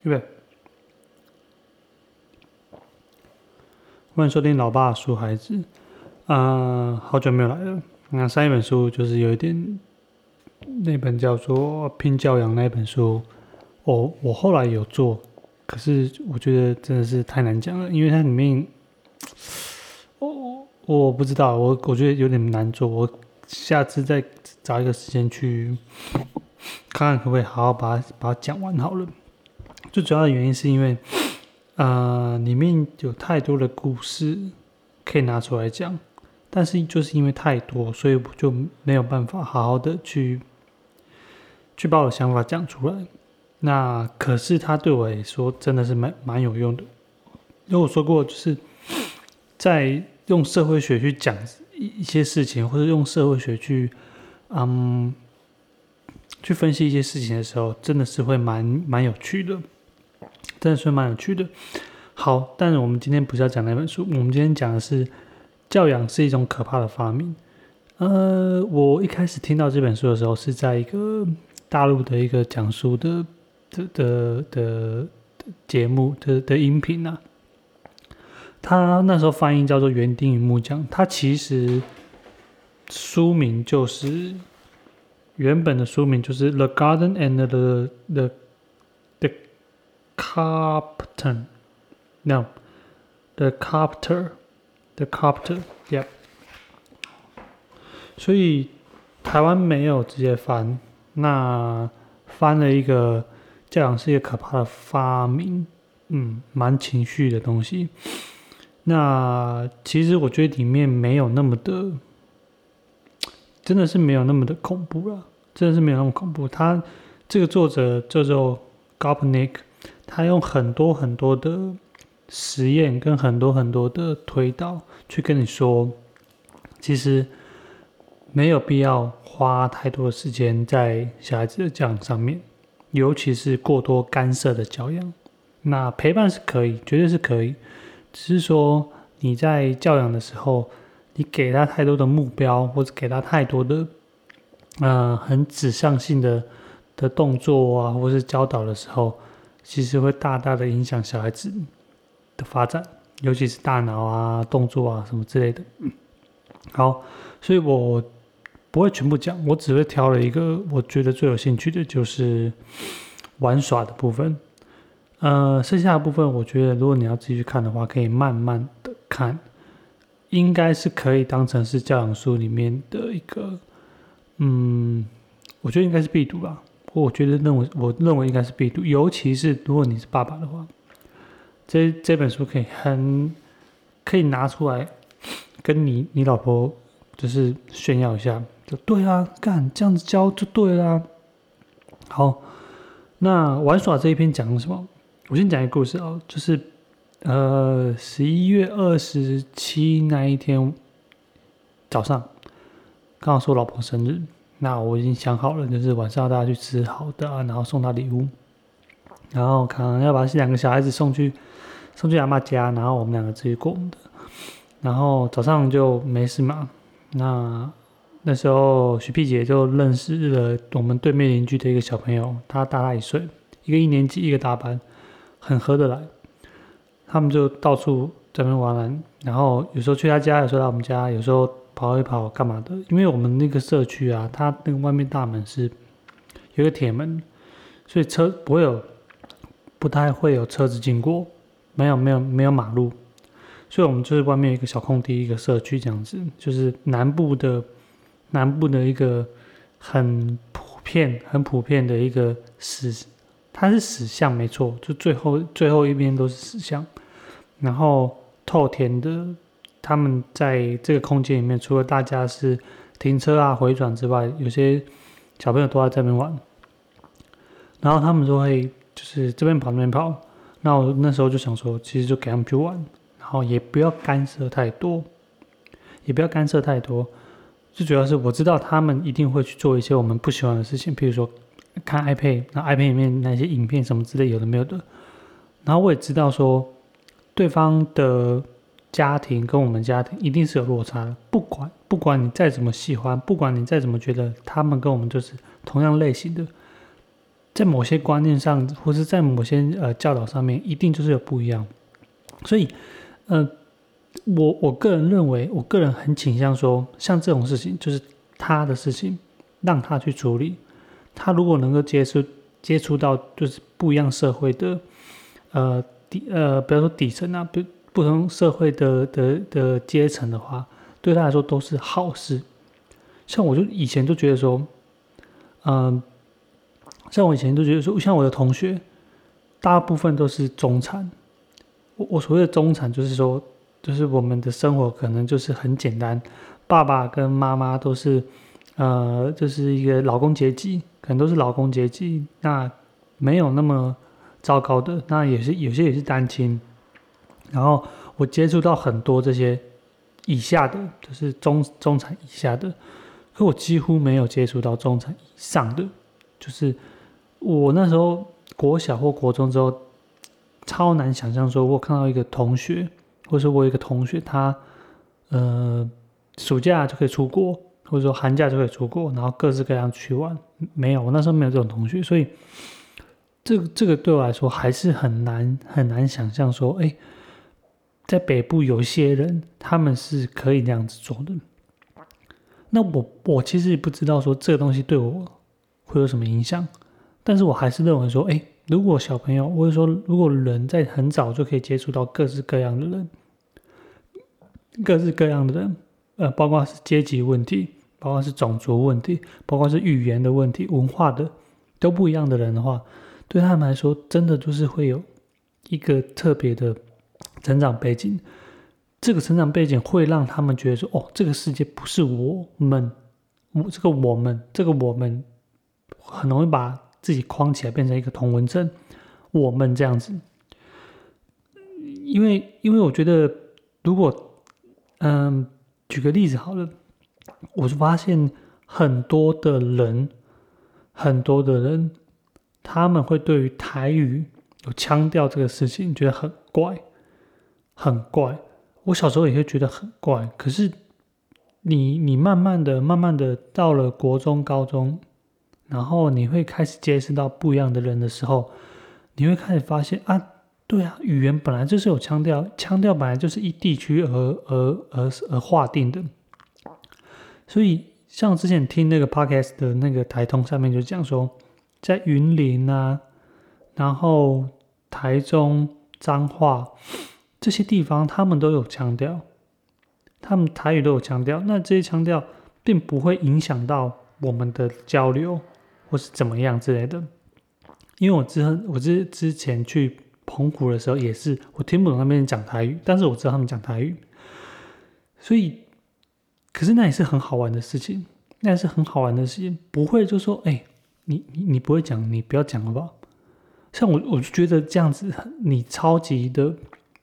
预备，欢迎收听老爸书孩子。好久没有来了。那上一本书就是有一点，那本叫做《拼教养》那一本书，我后来有做，可是我觉得真的是太难讲了，因为它里面，我不知道，我觉得有点难做。我下次再找一个时间去看看可不可以好好把它讲完好了。最主要的原因是因为，里面有太多的故事可以拿出来讲，但是就是因为太多，所以我就没有办法好好的去把我的想法讲出来。那可是它对我来说真的是蛮有用的。因为我说过，就是在用社会学去讲一些事情，或者用社会学去分析一些事情的时候，真的是会蛮有趣的，真的是蛮有趣的。好，但是我们今天不是要讲那本书，我们今天讲的是教养是一种可怕的发明。我一开始听到这本书的时候，是在一个大陆的一个讲书的节目的音频啊。他那时候翻译叫做园丁与木匠，他其实书名就是原本的书名就是《The Garden and the Carpenter》，No，The Carpenter，The Carpenter，Yep。所以台湾没有直接翻，那翻了一个教养是一个可怕的发明，蛮情绪的东西。那其实我觉得里面没有那么的，真的是没有那么的恐怖了，真的是没有那么恐怖。他这个作者叫做 Gopnik， 他用很多很多的实验跟很多很多的推导去跟你说，其实没有必要花太多的时间在小孩子的教养上面，尤其是过多干涉的教养。那陪伴是可以，绝对是可以，只是说你在教养的时候，你给他太多的目标，或者给他太多的很指向性的动作啊，或是教导的时候，其实会大大的影响小孩子的发展，尤其是大脑啊、动作啊什么之类的。好，所以我不会全部讲，我只会挑了一个我觉得最有兴趣的，就是玩耍的部分。剩下的部分，我觉得如果你要继续看的话，可以慢慢的看，应该是可以当成是教养书里面的一个，我觉得应该是必读吧。我认为应该是必读，尤其是如果你是爸爸的话，这本书可以拿出来跟你老婆就是炫耀一下，就对啊，干这样子教就对啦。好，那玩耍这一篇讲什么？我先讲一个故事哦，就是11月27那一天早上，刚好是我老婆生日，那我已经想好了，就是晚上要大家去吃好的啊，然后送她礼物，然后可能要把两个小孩子送去阿嬷家，然后我们两个自己过我们的，然后早上就没事嘛。那时候徐碧姐就认识了我们对面邻居的一个小朋友，他大她1岁，一个1年级，一个大班，很合得来。他们就到处在那边玩，然后有时候去他家，有时候来我们家，有时候跑一跑干嘛的。因为我们那个社区啊，它那个外面大门是有一个铁门，所以不太会有车子经过，没有马路，所以我们就是外面有一个小空地，一个社区这样子，就是南部的一个很普遍的一个它是死巷没错，就最后一边都是死巷。然后透天的，他们在这个空间里面，除了大家是停车啊回转之外，有些小朋友都在这边玩，然后他们就会就是这边跑那边跑。那我那时候就想说，其实就给他们去玩，然后也不要干涉太多，最主要是我知道他们一定会去做一些我们不喜欢的事情，譬如说看 iPad， 那 iPad 里面那些影片什么之类有的没有的。然后我也知道说，对方的家庭跟我们家庭一定是有落差的，不管你再怎么喜欢，不管你再怎么觉得他们跟我们就是同样类型的， 在某些观念上，或是在某些教导上面，一定就是有不一样。所以，我个人认为，我个人很倾向说，像这种事情，就是他的事情，让他去处理。他如果能够接触到就是不一样社会的，不要说底层啊，不同社会的阶层的话，对他来说都是好事。像我就以前就觉得说，像我以前就觉得说，像我的同学，大部分都是中产。我所谓的中产，就是说，就是我们的生活可能就是很简单，爸爸跟妈妈都是，就是一个劳工阶级，可能都是劳工阶级，那没有那么糟糕的，那有些也是单亲。然后我接触到很多这些以下的，就是中产以下的，可我几乎没有接触到中产以上的，就是我那时候国小或国中之后。超难想象说，我看到一个同学，或者说我有一个同学，他暑假就可以出国，或者说寒假就可以出国，然后各式各样去玩。没有，我那时候没有这种同学，所以这个对我来说还是很难想象说，在北部有一些人他们是可以那样子做的。那我其实不知道说这个东西对我会有什么影响，但是我还是认为说，如果小朋友，或者说如果人在很早就可以接触到各式各样的人，包括是阶级问题，包括是种族问题，包括是语言的问题、文化的都不一样的人的话，对他们来说，真的就是会有一个特别的成长背景。这个成长背景会让他们觉得说，这个世界不是我们很容易把自己框起来，变成一个同文层，我们这样子。因为我觉得，如果举个例子好了，我就发现很多的人，他们会对于台语有腔调这个事情觉得很怪，很怪。我小时候也会觉得很怪，可是你慢慢的到了国中、高中。然后你会开始接触到不一样的人的时候，你会开始发现啊，对啊，语言本来就是有腔调，腔调本来就是依地区而划定的。所以像之前听那个 podcast 的那个台通上面就讲说，在云林啊，然后台中、彰化这些地方，他们都有腔调，他们台语都有腔调，那这些腔调并不会影响到我们的交流。或是怎么样之类的，因为我之前去澎湖的时候也是，我听不懂那边讲台语，但是我知道他们讲台语，所以，可是那也是很好玩的事情，不会就说，你不会讲，你不要讲好不好？像我就觉得这样子，你超级的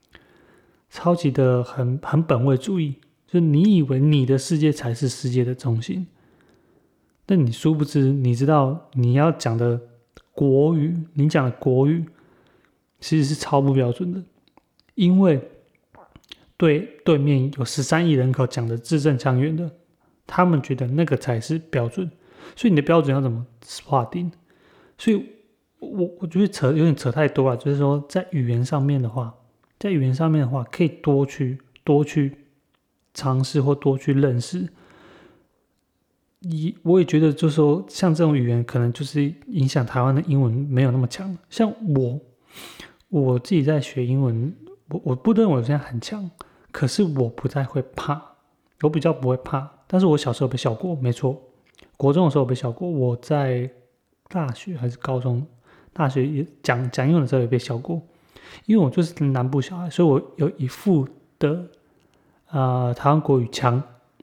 很本位主义，就是你以为你的世界才是世界的中心。但你殊不知，你知道你要讲的国语，你讲的国语其实是超不标准的，因为对面有13亿人口讲的字正腔圆的，他们觉得那个才是标准，所以你的标准要怎么划定？所以我觉得有点扯太多了，就是说在语言上面的话，可以多去尝试或多去认识。我也觉得，就是说，像这种语言，可能就是影响台湾的英文没有那么强。像我自己在学英文，我不认为我现在很强，可是我不太会怕，我比较不会怕。但是我小时候被笑过，没错，国中的时候被笑过。我在大学还是高中，大学也讲英文的时候也被笑过，因为我就是南部小孩，所以我有一副的台湾国语腔。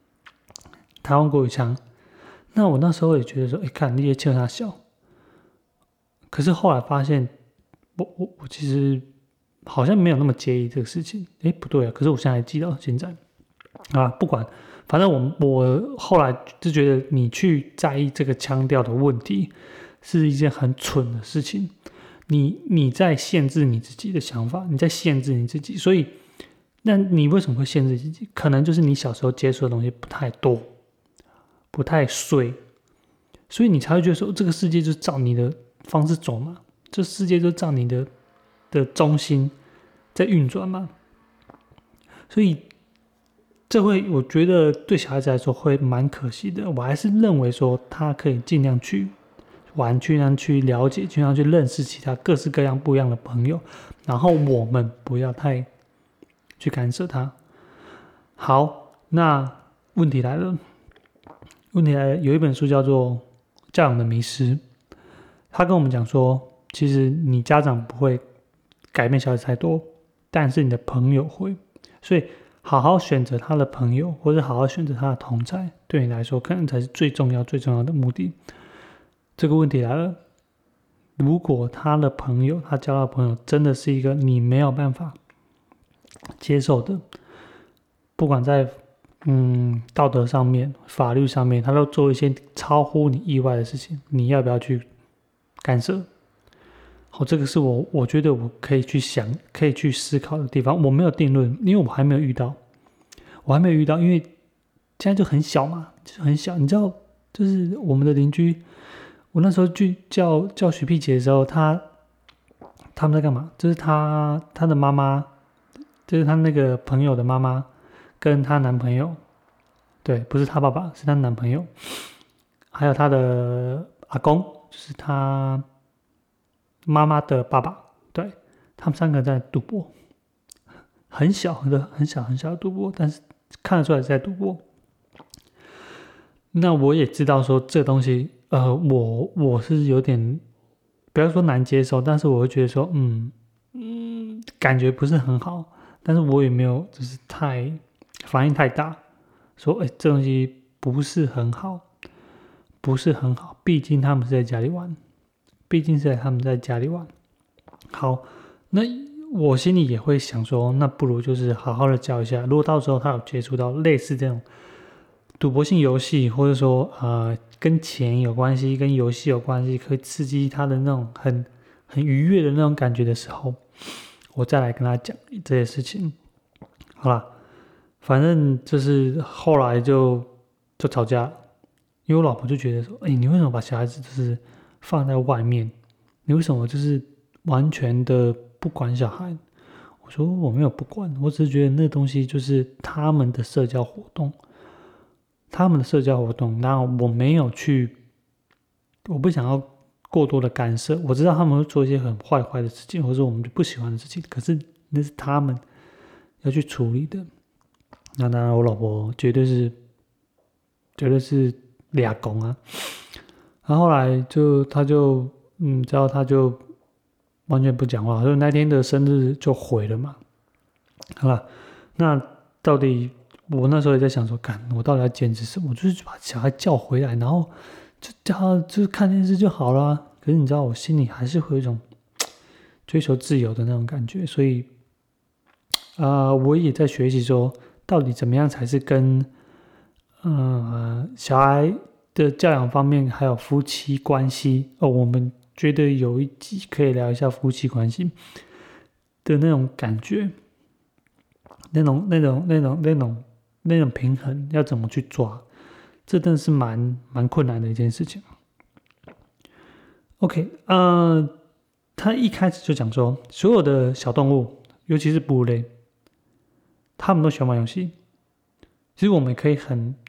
那我那时候也觉得说，看你也笑他小，可是后来发现，我其实好像没有那么介意这个事情。不对啊，可是我现在还记到现在啊，不管，反正我后来就觉得，你去在意这个腔调的问题，是一件很蠢的事情。你在限制你自己的想法，你在限制你自己，所以，那你为什么会限制自己？可能就是你小时候接触的东西不太多。不太碎，所以你才会觉得说这个世界就是照你的方式走嘛，这世界就照你的中心在运转嘛，所以这会我觉得对小孩子来说会蛮可惜的。我还是认为说他可以尽量去玩，尽量去了解，尽量去认识其他各式各样不一样的朋友，然后我们不要太去干涉他。好，那问题来了，有一本书叫做《教养的迷失》，他跟我们讲说，其实你家长不会改变小孩子太多，但是你的朋友会，所以好好选择他的朋友，或者好好选择他的同侪，对你来说可能才是最重要的目的。这个问题来了，如果他的朋友，他交到的朋友真的是一个你没有办法接受的，不管在道德上面、法律上面，他都做一些超乎你意外的事情，你要不要去干涉？好，这个是我觉得我可以去想、可以去思考的地方。我没有定论，因为我还没有遇到，因为现在就很小嘛，就是很小。你知道，就是我们的邻居，我那时候去叫徐碧姐的时候，他们在干嘛？就是他的妈妈，就是他那个朋友的妈妈，跟她男朋友，对，不是她爸爸，是她男朋友，还有她的阿公，就是她妈妈的爸爸，对，他们三个在赌博，很小的赌博，但是看得出来是在赌博。那我也知道说这东西，我是有点，不要说难接受，但是我会觉得说，感觉不是很好，但是我也没有就是反应太大，说，这东西不是很好，毕竟他们是在家里玩，好，那我心里也会想说，那不如就是好好的教一下，如果到时候他有接触到类似这种赌博性游戏，或者说跟钱有关系、跟游戏有关系，可以刺激他的那种很愉悦的那种感觉的时候，我再来跟他讲这些事情。好啦，反正就是后来就吵架了，因为我老婆就觉得说，你为什么把小孩子就是放在外面？你为什么就是完全的不管小孩？我说我没有不管，我只是觉得那东西就是他们的社交活动，然后我没有去，我不想要过多的干涉。我知道他们会做一些很坏的事情，或者我们不喜欢的事情，可是那是他们要去处理的。那当然，我老婆绝对是俩公啊。然后后来他就完全不讲话，所以那天的生日就毁了嘛。好了，那到底我那时候也在想说，我到底要坚持什么？我就是把小孩叫回来，然后就叫他就是看电视就好了。可是你知道，我心里还是会有一种追求自由的那种感觉，所以我也在学习说，到底怎么样才是跟小孩的教养方面，还有夫妻关系我们觉得有一集可以聊一下夫妻关系的那种感觉，那种平衡要怎么去抓，这真的是蛮困难的一件事情。OK，他一开始就讲说，所有的小动物，尤其是哺乳类，他们都喜欢玩游戏。其实我们也可以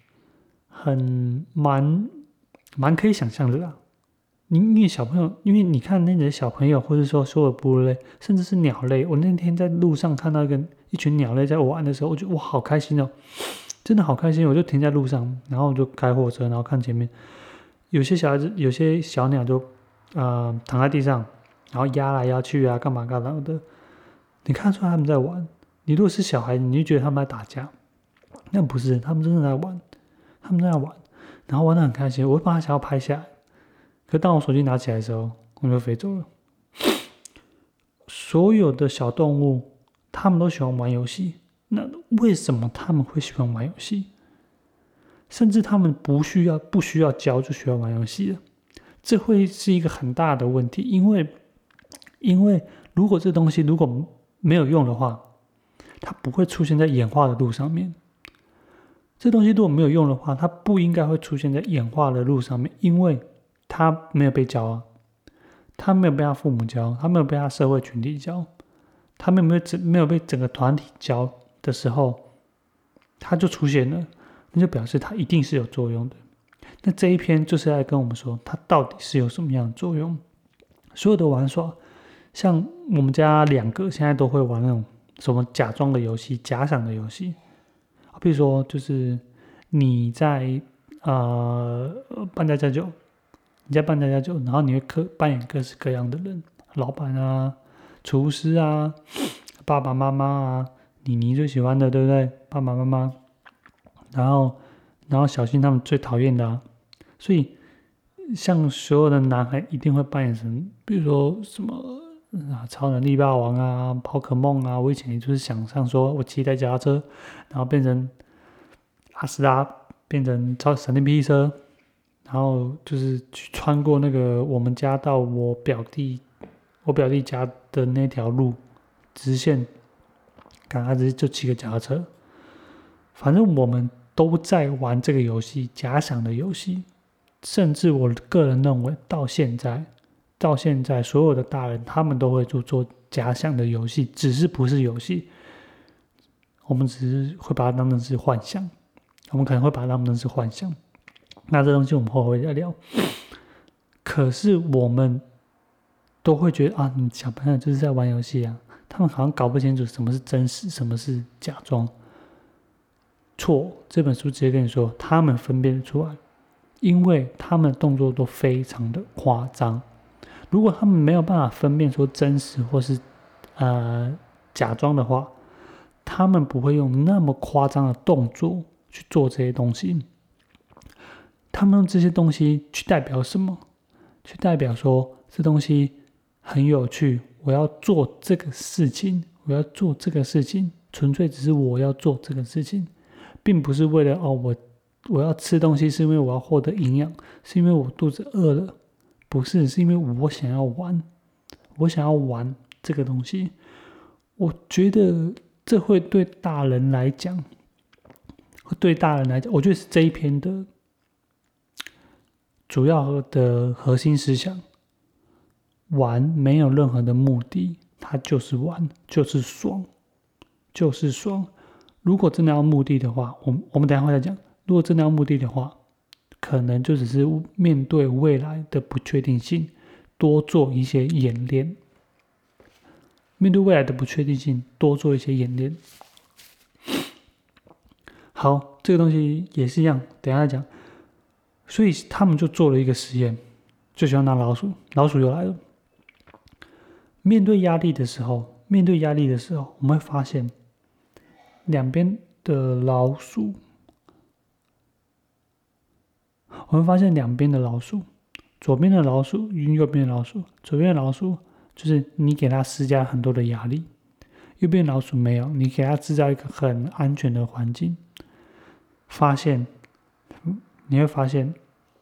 蛮可以想象的啦。因为小朋友，因为你看那些小朋友，或者说所有哺乳类，甚至是鸟类，我那天在路上看到一群鸟类在玩的时候，我觉得哇，好开心哦，真的好开心！我就停在路上，然后我就开货车，然后看前面，有些小孩子，有些小鸟就躺在地上，然后压来压去啊，干嘛的，你看出来他们在玩。你如果是小孩，你就觉得他们在打架，那不是，他们真的在玩，然后玩得很开心。我把他想要拍下来，可当我手机拿起来的时候，我就飞走了。所有的小动物，他们都喜欢玩游戏。那为什么他们会喜欢玩游戏？甚至他们不需要教就喜欢玩游戏了，这会是一个很大的问题。因为如果这东西如果没有用的话，它不会出现在演化的路上面。这东西如果没有用的话，它不应该会出现在演化的路上面，因为它没有被教啊。 他没有被他父母教，他没有被他社会群体教，他没有被整个团体教的时候，他就出现了，那就表示他一定是有作用的。那这一篇就是在跟我们说，它到底是有什么样的作用？所有的玩耍，像我们家2个现在都会玩那种什么假装的游戏、假想的游戏，比如说就是你在扮家家酒，然后你会扮演各式各样的人，老板啊、厨师啊、爸爸妈妈啊，你最喜欢的，对不对？爸爸妈妈，然后小新他们最讨厌的啊，所以像所有的男孩一定会扮演成，比如说什么超能力霸王啊、宝可梦啊。我以前也就是想象说，我骑台脚踏车，然后变成阿斯拉，变成闪电霹雳车，然后就是去穿过那个我们家到我表弟家的那条路直线，他直接就骑个脚踏车。反正我们都在玩这个游戏，假想的游戏。甚至我个人认为，到现在所有的大人他们都会做假想的游戏，只是不是游戏，我们只是会把它当成是幻想，我们可能会把它当成是幻想。那这东西我们后会再聊。可是我们都会觉得啊，你小朋友就是在玩游戏啊，他们好像搞不清楚什么是真实，什么是假装。错，这本书直接跟你说，他们分辨得出来。因为他们的动作都非常的夸张，如果他们没有办法分辨说真实或是假装的话，他们不会用那么夸张的动作去做这些东西。他们用这些东西去代表什么？去代表说这东西很有趣，我要做这个事情，纯粹只是我要做这个事情，并不是为了我要吃东西是因为我要获得营养，是因为我肚子饿了，不是，是因为我想要玩这个东西。我觉得这会对大人来讲，我觉得是这一篇的主要的核心思想。玩没有任何的目的，它就是玩，就是爽。如果真的要目的的话，我们等一下会再讲。如果真的要目的的话，可能就只是面对未来的不确定性，多做一些演练。面对未来的不确定性，多做一些演练。好，这个东西也是一样，等一下再讲。所以他们就做了一个实验，最喜欢拿老鼠，老鼠又来了。面对压力的时候，我们会发现两边的老鼠。我们发现两边的老鼠，左边的老鼠与右边的老鼠，左边的老鼠就是你给它施加很多的压力，右边的老鼠没有，你给它制造一个很安全的环境。你会发现，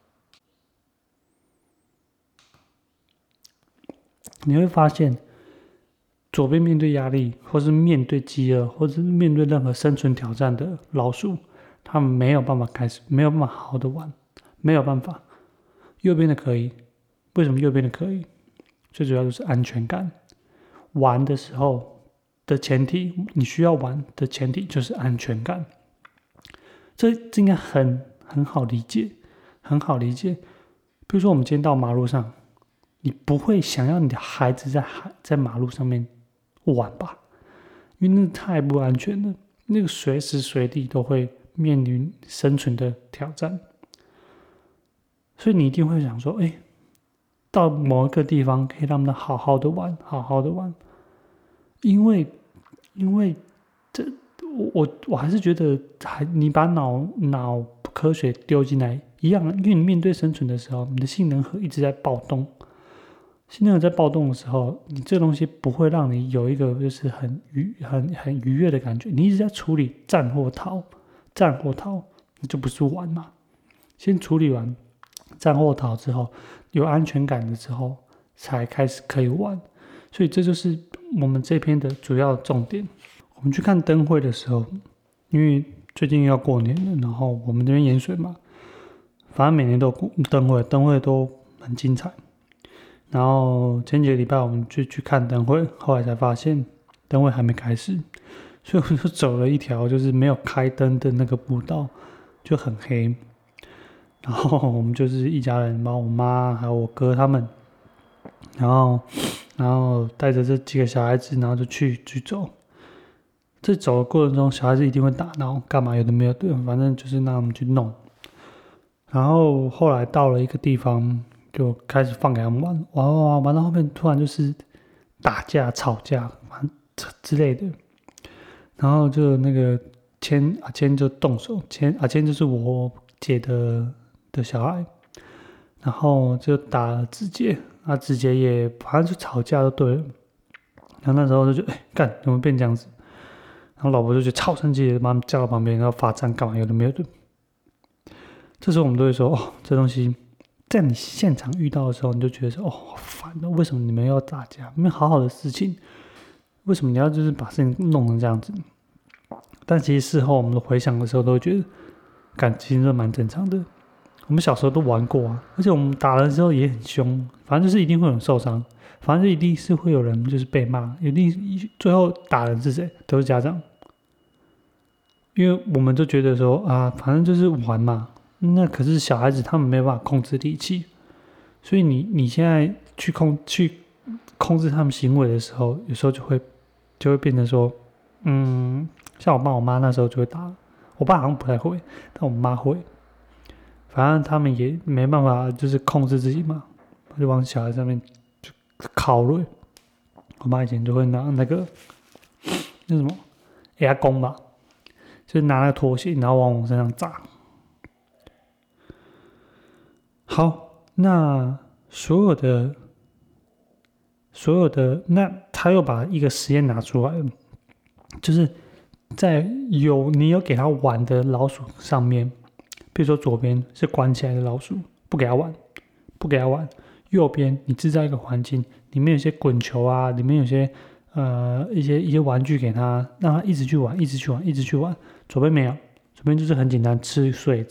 左边面对压力，或是面对饥饿，或是面对任何生存挑战的老鼠，它们没有办法没有办法好好的玩。没有办法，右边的可以。为什么右边的可以？最主要就是安全感。玩的时候的前提，你需要玩的前提就是安全感。这应该很好理解，比如说我们今天到马路上，你不会想要你的孩子在马路上面玩吧？因为那太不安全了，那个随时随地都会面临生存的挑战。所以你一定会想说，到某一个地方可以让他们好好的玩。因为这我还是觉得，你把脑科学丢进来一样，因为你面对生存的时候，你的性能核一直在暴动。性能核在暴动的时候，你这东西不会让你有一个就是很愉悦的感觉。你一直在处理战或逃，你就不是玩嘛。先处理完战或逃之后，有安全感了之后，才开始可以玩。所以这就是我们这篇的主要重点。我们去看灯会的时候，因为最近要过年了，然后我们这边盐水嘛，反正每年都有灯会都很精彩。 然后前几个礼拜我们就去看灯会，后来才发现灯会还没开始，所以我就走了一条就是没有开灯的那个步道，就很黑。然后我们就是一家人，包括我妈还有我哥他们，然后带着这几个小孩子，然后就去走。在走的过程中，小孩子一定会打闹，干嘛有的没有的，反正就是让他们去弄。然后后来到了一个地方，就开始放给他们玩到后面突然就是打架、吵架，之类的。然后就那个阿谦就动手，阿谦就是我姐的小孩，然后就打了子杰，子杰也反正就吵架就对了。然后那时候就觉得，干怎么变这样子？然后老婆就觉得超生气的，把他们叫到旁边，然后罚站干嘛？有的没有的。这时候我们都会说，这东西在你现场遇到的时候，你就觉得说，好烦哦，为什么你们要打架？没有好好的事情，为什么你要就是把事情弄成这样子？但其实事后我们回想的时候，都会觉得，感情是蛮正常的。我们小时候都玩过啊，而且我们打人之后也很凶，反正就是一定会有人受伤，反正就一定是会有人就是被骂，一定最后打人是谁？都是家长，因为我们就觉得说反正就是玩嘛。那可是小孩子他们没办法控制力气，所以你现在去控制他们行为的时候，有时候就会变成说，像我爸我妈那时候就会打，我爸好像不太会，但我妈会。反正他们也没办法，就是控制自己嘛，就往小孩上面就敲了。我妈以前就会拿那什么牙弓吧，就是拿那个拖鞋，然后往我身上砸。好，那所有的，那他又把一个实验拿出来了，就是在你有给他玩的老鼠上面。比如说左边是关起来的老鼠，不给他玩。右边你制造一个环境，里面有些滚球啊，里面有些一些玩具给他，让他一直去玩。左边没有，左边就是很简单，吃睡。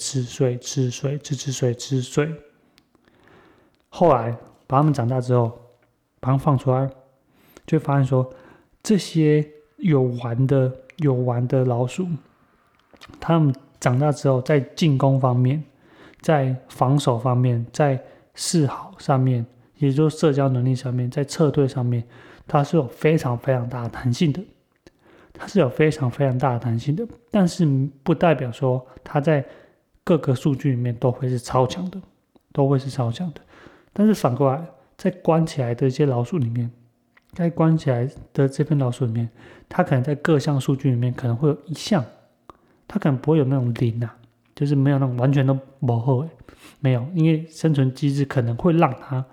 后来把他们长大之后，把他们放出来，就会发现说，这些有玩的老鼠，他们长大之后，在进攻方面，在防守方面，在示好上面，也就是社交能力上面，在撤退上面，它是有非常非常大的弹性的。但是不代表说它在各个数据里面都会是超强的。但是反过来，在关起来的一些老鼠里面，在关起来的这片老鼠里面，它可能在各项数据里面可能会有一项。它可能不会有那种零就是没有那种完全都不好，没有，因为生存机制可能会让它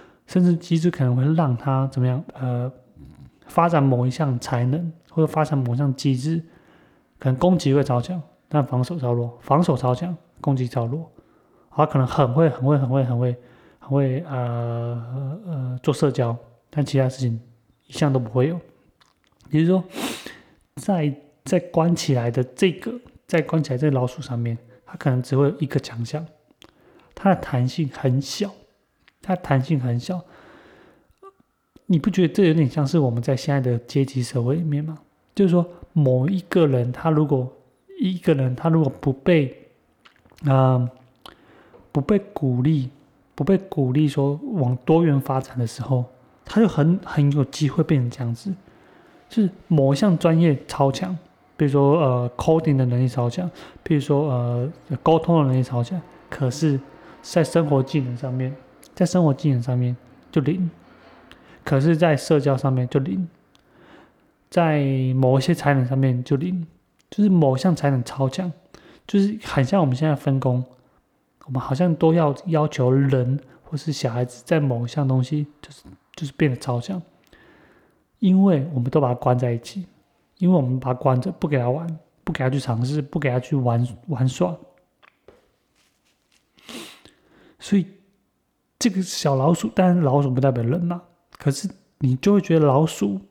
怎么样？发展某一项才能，或者发展某一项机制，可能攻击会超强，但防守超弱；防守超强，攻击超弱。它可能很会做社交，但其他事情一项都不会有。也就是说，在关起来的这个老鼠上面，它可能只会有一个强项，它的弹性很小。你不觉得这有点像是我们在现在的阶级社会里面吗？就是说，某一个人他如果不被鼓励说往多元发展的时候，他就很有机会变成这样子，就是某一项专业超强。比如说coding 的能力超强，比如说沟通的能力超强，可是在生活技能上面就零，可是在社交上面就零，在某一些才能上面就零，就是某项才能超强，就是很像我们现在分工，我们好像都要求人或是小孩子在某一项东西就是变得超强，因为我们都把它关在一起。因为我们把它关着，不给他玩，不给他去尝试，不给他去玩耍，所以这个小老鼠，当然老鼠不代表人嘛，可是你就会觉得老鼠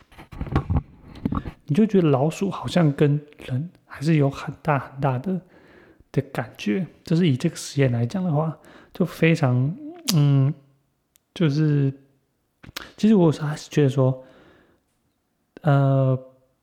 好像跟人还是有很大很大的感觉。就是以这个实验来讲的话，就非常就是其实我还是觉得说，呃，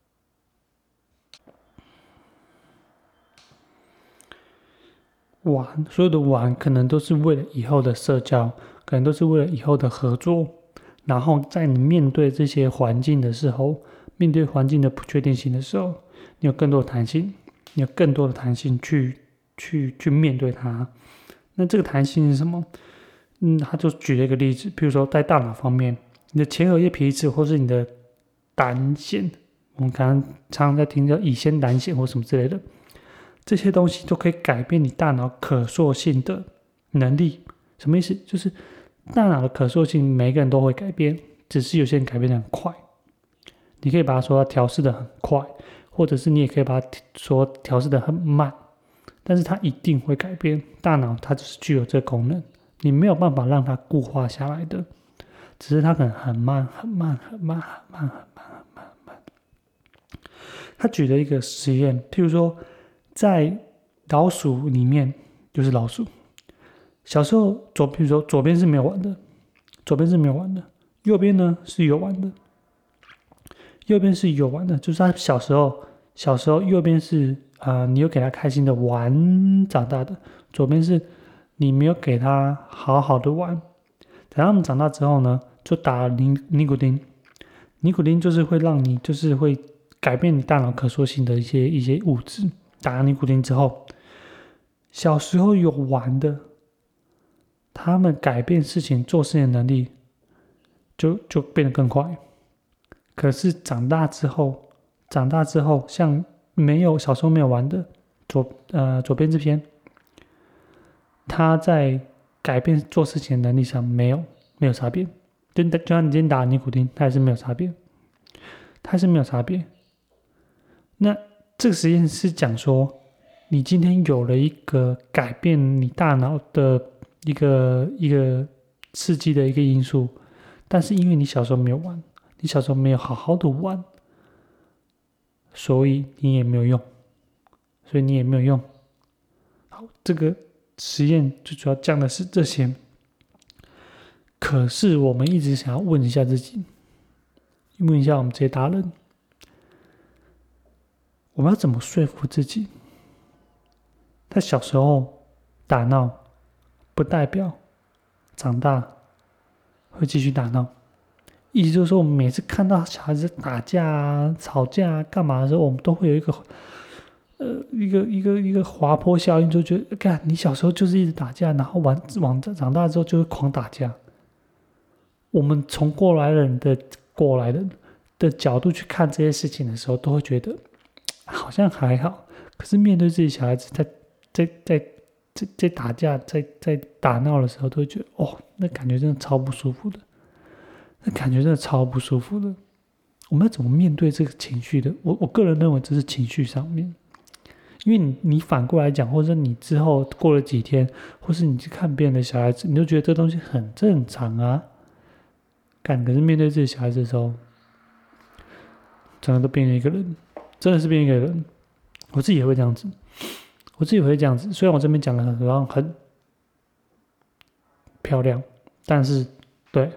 所有的玩可能都是为了以后的社交，可能都是为了以后的合作。然后在你面对这些环境的时候，面对环境的不确定性的时候，你有更多的弹性，你有更多的弹性去面对它。那这个弹性是什么？他就举了一个例子，比如说在大脑方面，你的前额叶皮质或是你的胆腺，我们刚刚常常在听叫乙酰胆腺或什么之类的，这些东西都可以改变你大脑可塑性的能力。什么意思？就是大脑的可塑性，每个人都会改变，只是有些人改变的很快。你可以把它说调试的很快，或者是你也可以把它说调试的很慢，但是它一定会改变。大脑它就是具有这个功能，你没有办法让它固化下来的，只是它可能很慢、很慢、很慢、很慢、很慢、很慢、很慢。他举了一个实验，譬如说，在老鼠里面，就是老鼠小时候比如说左边是没有玩的，左边是没有玩的，右边呢是有玩的，右边是有玩的，就是他小时候右边是你有给他开心的玩长大的，左边是你没有给他好好的玩。等他们长大之后呢，就打尼古丁，尼古丁就是会让你就是会改变你大脑可塑性的一些物质。打了尼古丁之后，小时候有玩的，他们改变事情、做事情的能力就变得更快。可是长大之后，像小时候没有玩的左边这边，他在改变做事情的能力上没有差别。就像你今天打尼古丁，它还是没有差别，那这个实验是讲说，你今天有了一个改变你大脑的一个刺激的一个因素，但是因为你小时候没有玩，你小时候没有好好的玩，所以你也没有用，好，这个实验最主要讲的是这些。可是我们一直想要问一下自己，问一下我们这些大人，我们要怎么说服自己？他小时候打闹，不代表长大会继续打闹。意思就是说，我们每次看到小孩子打架啊、吵架啊、干嘛的时候，我们都会有一个滑坡效应，就觉得，看你小时候就是一直打架，然后长大之后就会狂打架。我们从过来人的角度去看这些事情的时候，都会觉得好像还好。可是面对自己小孩子在打架、在打闹的时候，都会觉得那感觉真的超不舒服的。我们要怎么面对这个情绪的？我个人认为这是情绪上面，因为你反过来讲，或者你之后过了几天，或是你去看别人的小孩子，你就觉得这东西很正常啊。可是面对自己小孩子的时候，整个都变成一个人，真的是变一个人。我自己也会这样子，虽然我这边讲的很漂亮，但是对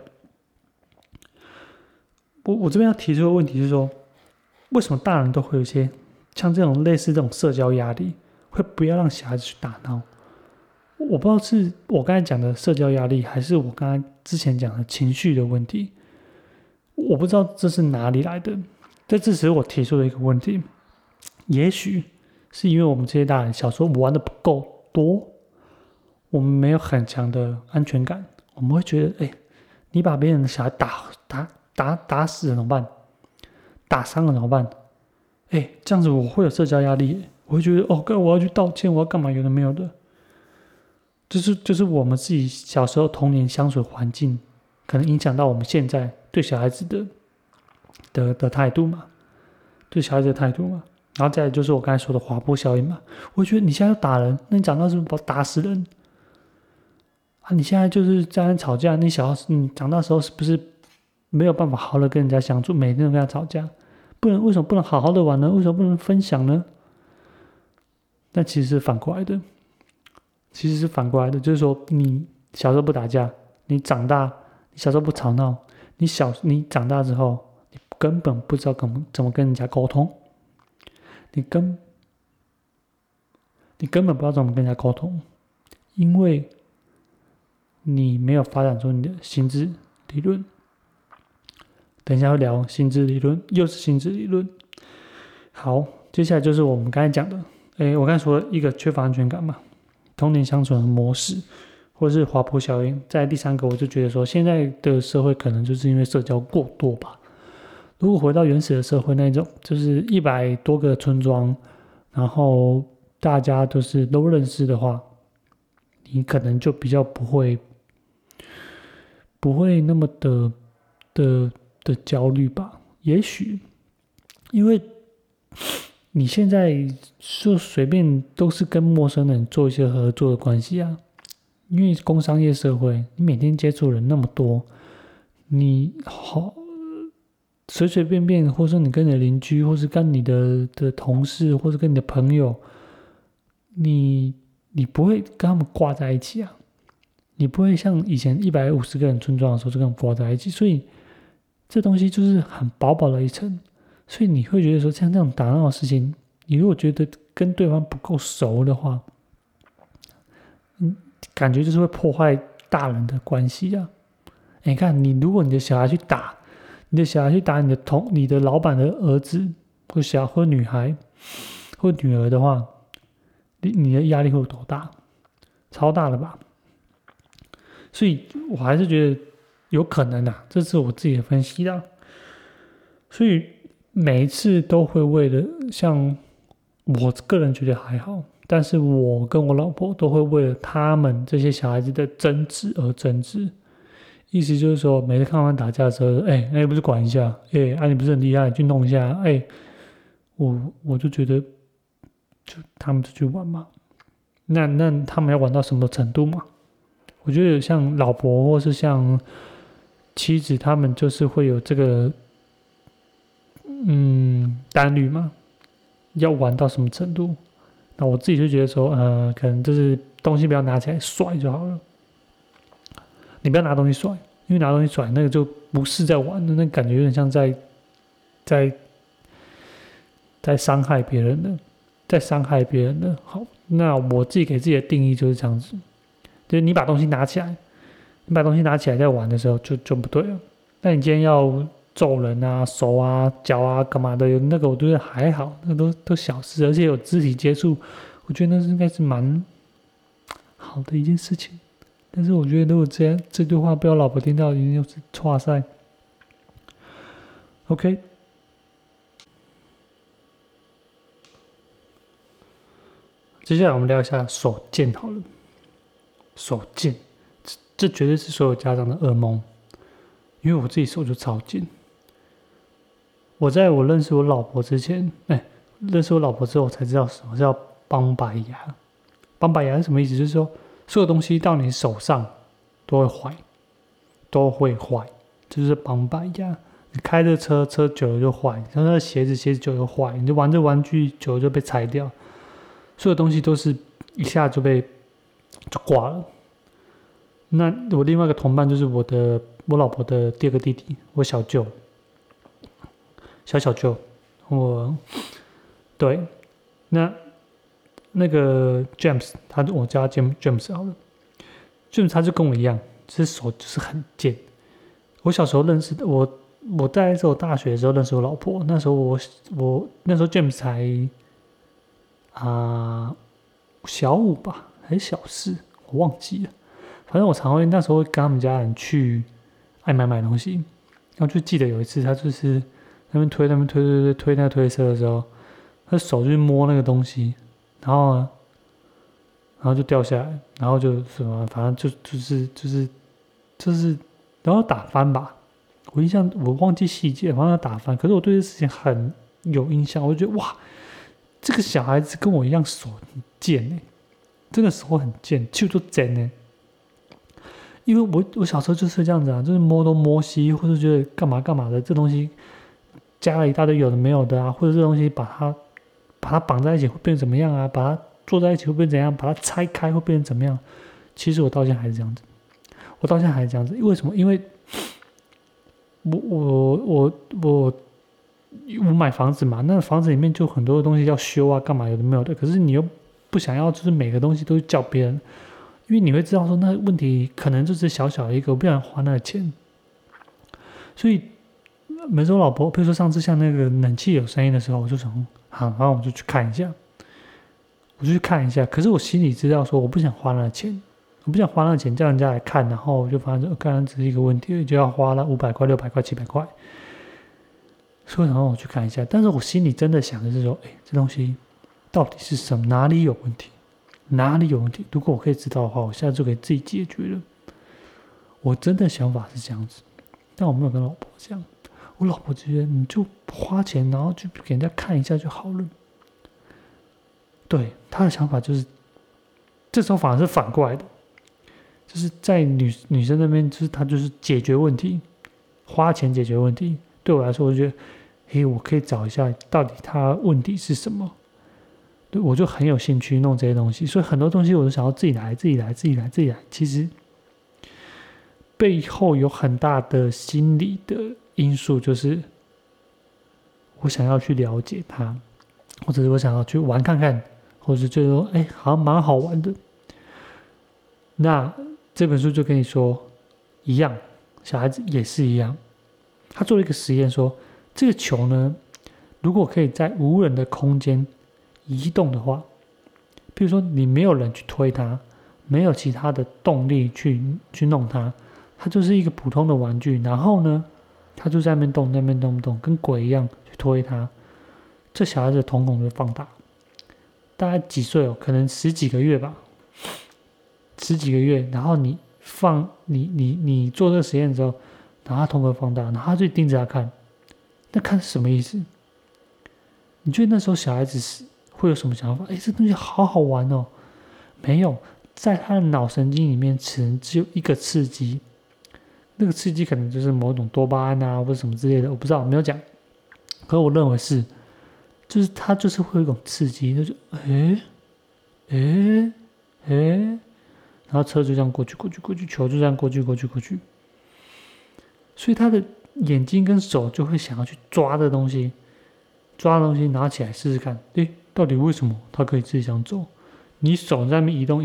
我这边要提出的问题是说，为什么大人都会有一些像这种类似这种社交压力，会不要让小孩子去打闹？我不知道是我刚才讲的社交压力，还是我刚才之前讲的情绪的问题。我不知道这是哪里来的，这只是我提出的一个问题。也许是因为我们这些大人小时候玩的不够多，我们没有很强的安全感，我们会觉得，你把别人的小孩打死了怎么办？打伤了怎么办？这样子我会有社交压力，我会觉得我要去道歉，我要干嘛？有的没有的，就是我们自己小时候童年相处环境，可能影响到我们现在对小孩子的态度嘛，然后再来就是我刚才说的滑坡效应嘛，我觉得你现在要打人，那你长大是不是把打死人？你现在就是在那吵架，你长大的时候是不是没有办法好好的跟人家相处，每天都跟他吵架？为什么不能好好的玩呢？为什么不能分享呢？但其实是反过来的，就是说你小时候不打架，你长大，你小时候不吵闹，你长大之后，你根本不知道怎么跟人家沟通，你根本不知道怎么跟人家沟通，因为你没有发展出你的心智理论。等一下会聊心智理论，又是心智理论。好，接下来就是我们刚才讲的，我刚才说了一个缺乏安全感嘛，童年相处的模式，或者是滑坡效应。在第三个，我就觉得说，现在的社会可能就是因为社交过多吧。如果回到原始的社会那种，就是100多个村庄，然后大家都认识的话，你可能就比较不会那么的焦虑吧。也许因为你现在就随便都是跟陌生人做一些合作的关系啊，因为工商业社会，你每天接触人那么多，你好随随便便，或是你跟你的邻居，或是跟你的同事，或是跟你的朋友，你不会跟他们挂在一起啊，你不会像以前150个人村庄的时候就跟他们挂在一起，所以这东西就是很薄薄的一层。所以你会觉得说，像这种打闹的事情，你如果觉得跟对方不够熟的话，感觉就是会破坏大人的关系啊。你看，如果你的小孩去打你的老板的儿子或女孩或女儿的话，你的压力会有多大？超大的吧。所以我还是觉得有可能啊，这是我自己的分析啦。所以每一次都会为了，像我个人觉得还好，但是我跟我老婆都会为了他们这些小孩子的争执而争执。意思就是说，每次看他们打架的时候，不是管一下，你不是很厉害，去弄一下，我就觉得，就他们就去玩嘛。那他们要玩到什么程度嘛？我觉得像老婆或是像妻子，他们就是会有这个，单虑嘛，要玩到什么程度？那我自己就觉得说，可能就是东西不要拿起来甩就好了。你不要拿东西甩，因为拿东西甩那个就不是在玩的，那感觉有点像在伤害别人的，好，那我自己给自己的定义就是这样子，就是你把东西拿起来在玩的时候就不对了。那你今天要揍人啊、手啊、脚啊干嘛的，那个我觉得还好，那个都小事，而且有肢体接触，我觉得那应该是蛮好的一件事情。但是我觉得如果这句话被我老婆听到，一定又是挫赛。OK， 接下来我们聊一下手贱好了。手贱，这绝对是所有家长的噩梦，因为我自己手就超贱。在我认识我老婆之前，认识我老婆之后，我才知道什么叫帮白牙。帮白牙是什么意思？就是说，所有东西到你手上都会坏，这就是帮白牙。你开着车久了就坏，像那鞋子久了就坏，你就玩这玩具久了就被拆掉，所有东西都是一下就挂了。那我另外一个同伴就是我老婆的第二个弟弟，我小舅，对，那个 James， 我叫他 James 好了。James 他就跟我一样，这手就是很贱。我小时候认识的，我在大学的时候认识我老婆，那时候那时候 James 才小5吧，还是小4，我忘记了。反正我常会那时候跟他们家人去爱买东西，然后就记得有一次他就是那边推那个推车的时候，他手就去摸那个东西，然后就掉下来，然后就什么，反正就是，然后打翻吧。我忘记细节，反正打翻。可是我对这事情很有印象，我就觉得哇，这个小孩子跟我一样手很贱真的手很贱，就做真因为我小时候就是这样子啊，就是摸东摸西，或者觉得干嘛的，这东西加了一大堆有的没有的啊，或者这东西把它绑在一起会变成怎么样啊？把它坐在一起会变成怎样？把它拆开会变成怎么样？其实我到现在还是这样子，为什么？因为我买房子嘛，那房子里面就很多东西要修啊，干嘛有的没有的。可是你又不想要，就是每个东西都叫别人，因为你会知道说那问题可能就是小小一个，我不想花那个钱。所以每次我老婆，比如说上次像那个冷气有声音的时候，我就想，好，然后我就去看一下，可是我心里知道说我不想花那个钱，我不想花那个钱叫人家来看，然后我就发现说，刚刚只是一个问题，就要花了500块、600块、700块。所以然后我去看一下，但是我心里真的想的是说，这东西到底是什么？哪里有问题？如果我可以知道的话，我现在就可以自己解决了。我真的想法是这样子，但我没有跟老婆讲。我老婆觉得你就花钱，然后就给人家看一下就好了。对，她的想法就是，这时候反而是反过来的，就是在女生那边，就是她就是解决问题，花钱解决问题。对我来说，我就觉得，我可以找一下到底他问题是什么。对，我就很有兴趣弄这些东西，所以很多东西我都想要自己来。其实背后有很大的心理的因素，就是我想要去了解他，或者是我想要去玩看看，或者是觉得说，好像蛮好玩的。那这本书就跟你说一样，小孩子也是一样。他做了一个实验说，这个球呢，如果可以在无人的空间移动的话，比如说你没有人去推它，没有其他的动力去弄它，它就是一个普通的玩具，然后呢，它就在那边动，跟鬼一样去推它，这小孩子的瞳孔就放大，大概几岁哦？可能10几个月吧，10几个月，然后你做这个实验之后，然后他瞳孔放大，然后他就盯着他看，那看是什么意思？你觉得那时候小孩子是会有什么想法？这东西好好玩哦。没有，在他的脑神经里面只有一个刺激，那个刺激可能就是某种多巴胺啊，或者什么之类的，我不知道，没有讲。可是我认为是，就是他就是会有一种刺激，就是然后车就这样过去，球就这样过去。所以他的眼睛跟手就会想要去抓的东西，拿起来试试看，到底为什么他可以自己这样走？你手在那边移动，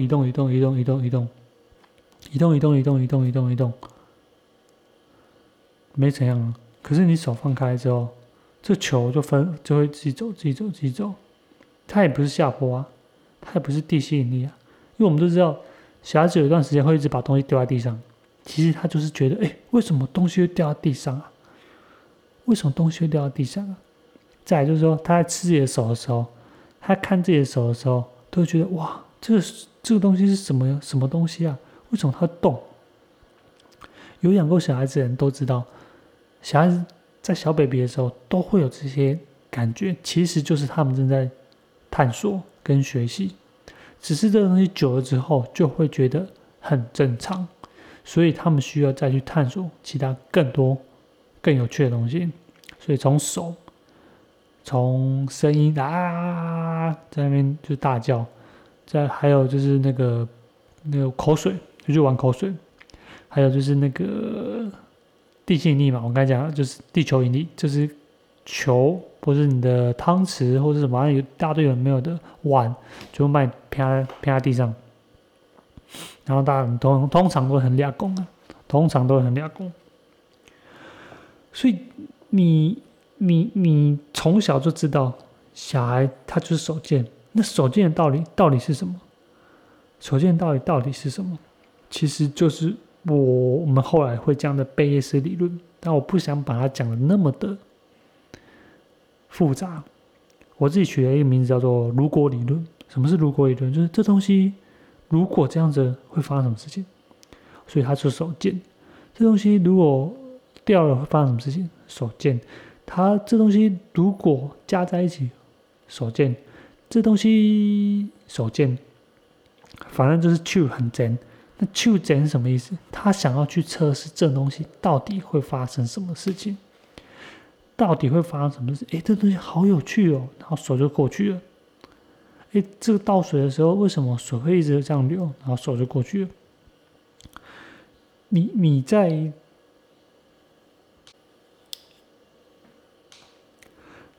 没怎样啊。可是你手放开之后，这球就会自己走，它也不是下坡啊，它也不是地心引力啊，因为我们都知道，小孩子有一段时间会一直把东西丢在地上。其实他就是觉得，为什么东西会掉到地上啊？再来就是说，他在吃自己的手的时候，他看自己的手的时候，都会觉得哇，这个东西是什么东西啊？为什么它会动？有养过小孩子的人都知道，小孩子在小 baby 的时候都会有这些感觉，其实就是他们正在探索跟学习，只是这个东西久了之后就会觉得很正常。所以他们需要再去探索其他更多更有趣的东西。所以从手，从声音啊，在那边就大叫，还有就是那个口水，就去玩口水，还有就是那个地心引力嘛，我刚才讲就是地球引力，就是球或是你的汤匙或者什么，有大堆有没有的碗，就把你啪在地上。然后大家通常都很俩公啊，所以你从小就知道，小孩他就是手贱。那手贱的道理是什么？其实就是我们后来会讲的贝叶斯理论，但我不想把它讲的那么的复杂。我自己取了一个名字叫做如果理论。什么是如果理论？就是这东西如果这样子会发生什么事情？所以它是手贱。这东西如果掉了会发生什么事情？手贱。它这东西如果加在一起，手贱。这东西手贱，反正就是手很贱。那手贱是什么意思？他想要去测试这东西到底会发生什么事情，这东西好有趣哦，然后手就过去了。这个倒水的时候，为什么水会一直这样流？然后手就过去了。你在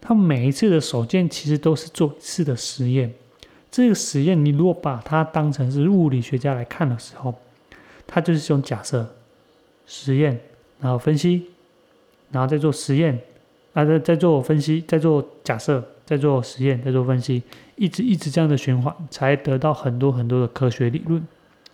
他们每一次的手贱其实都是做一次的实验。这个实验，你如果把它当成是物理学家来看的时候，它就是用假设、实验，然后分析，然后再做实验，再做分析，再做假设，再做实验，再做分析，一直这样的循环，才得到很多很多的科学理论，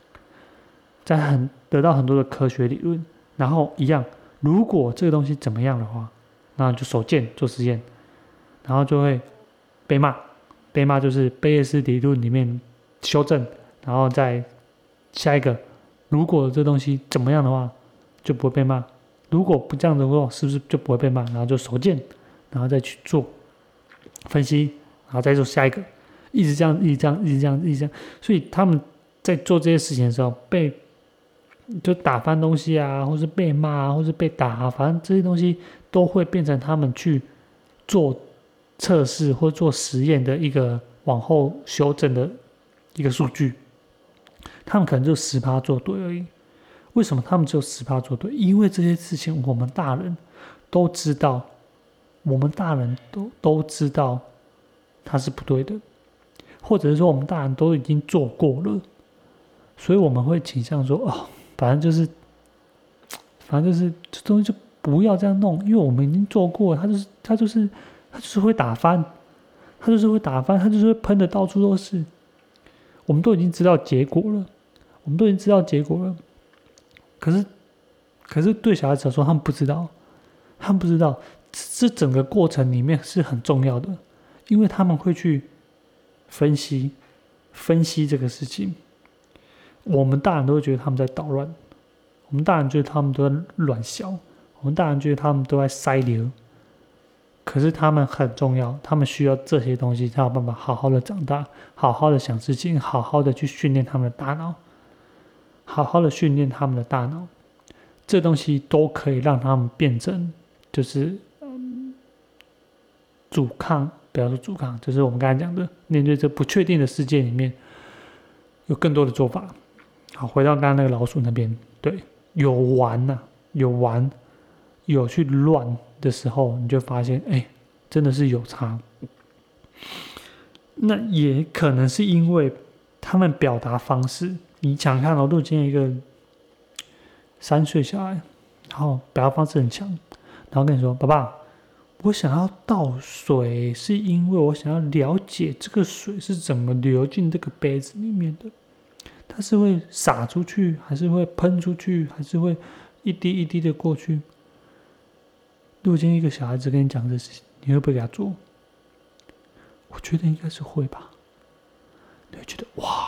得到很多的科学理论。然后一样，如果这个东西怎么样的话，那就手贱做实验，然后就会被骂。被骂就是贝叶斯理论里面修正，然后再下一个，如果这东西怎么样的话，就不会被骂。如果不这样的话，是不是就不会被骂？然后就手贱，然后再去做分析，然后再做下一个，一直这样，一直这样，一直这样，一直这样。所以他们在做这些事情的时候，就打翻东西啊，或是被骂啊，或是被打啊，反正这些东西都会变成他们去做测试或做实验的一个往后修正的一个数据。他们可能就10%做对而已。为什么他们只有10%做对？因为这些事情我们大人都知道，我们大人都知道它是不对的，或者是说我们大人都已经做过了，所以我们会倾向说，反正就是这东西就不要这样弄，因为我们已经做过了，它就是会打翻，它就是会喷的到处都是。我们都已经知道结果了，可是对小孩子来说，他们不知道，这整个过程里面是很重要的，因为他们会去分析这个事情。我们大人都会觉得他们在捣乱，我们大人觉得他们都在乱小，我们大人觉得他们都在塞流。可是他们很重要，他们需要这些东西才有办法好好的长大，好好的想事情，好好的去训练他们的大脑，这东西都可以让他们变成就是阻抗，不要说阻抗，就是我们刚才讲的，面对这不确定的世界里面有更多的做法。好，回到刚刚那个老鼠那边，对，有玩有去乱的时候，你就发现，真的是有差。那也可能是因为他们表达方式，你想看如果今天一个3岁小孩，然后表达方式很强，然后跟你说，爸爸，我想要倒水，是因为我想要了解这个水是怎么流进这个杯子里面的，它是会洒出去，还是会喷出去，还是会一滴一滴的过去？如果今天一个小孩子跟你讲这事情，你会不会给他做？我觉得应该是会吧。你会觉得哇，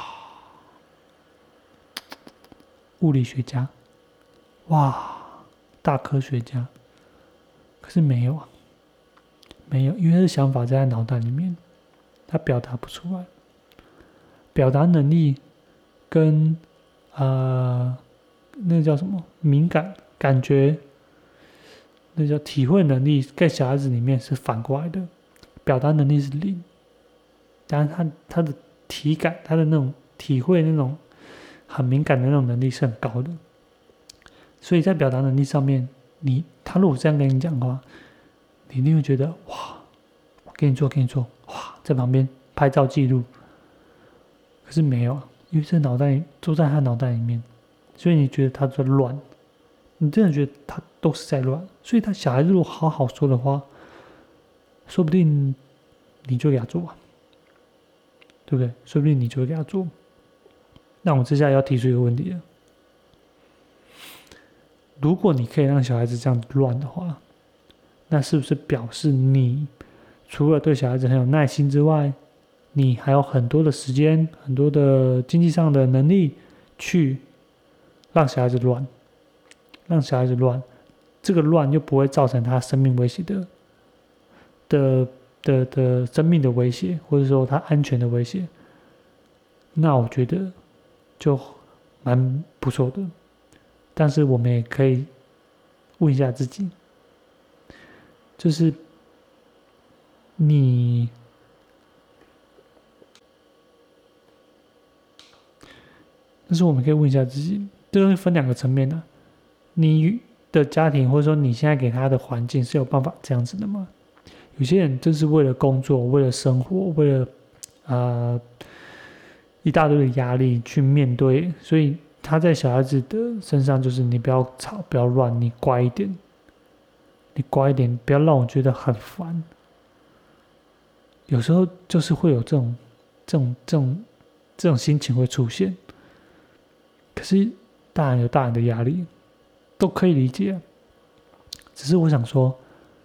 物理学家，哇，大科学家。可是没有，因为他的想法在他脑袋里面，他表达不出来。表达能力跟那个叫什么敏感感觉。那叫体会能力，在小孩子里面是反过来的，表达能力是0，但是他的体感，他的那种体会那种很敏感的那种能力是很高的，所以在表达能力上面，他如果这样跟你讲的话，你一定会觉得哇，我给你做，哇，在旁边拍照记录，可是没有，因为这脑袋都在他脑袋里面，所以你觉得他在乱。你真的觉得他都是在乱，所以他小孩子如果好好说的话，说不定你就给他做啊，对不对？说不定你就会给他做。那我接下来要提出一个问题了：如果你可以让小孩子这样乱的话，那是不是表示你除了对小孩子很有耐心之外，你还有很多的时间、很多的经济上的能力去让小孩子乱？这个乱又不会造成他生命威胁的生命的威胁，或者说他安全的威胁，那我觉得就蛮不错的。但是我们也可以问一下自己，就是我们可以问一下自己，这东西分2个层面的。你的家庭或者说你现在给他的环境是有办法这样子的吗？ 有些人就是为了工作、为了生活、为了一大堆的压力去面对，所以他在小孩子的身上就是你不要吵，不要乱，你乖一点，不要让我觉得很烦。有时候就是会有这种心情会出现，可是大人有大人的压力，都可以理解。只是我想说，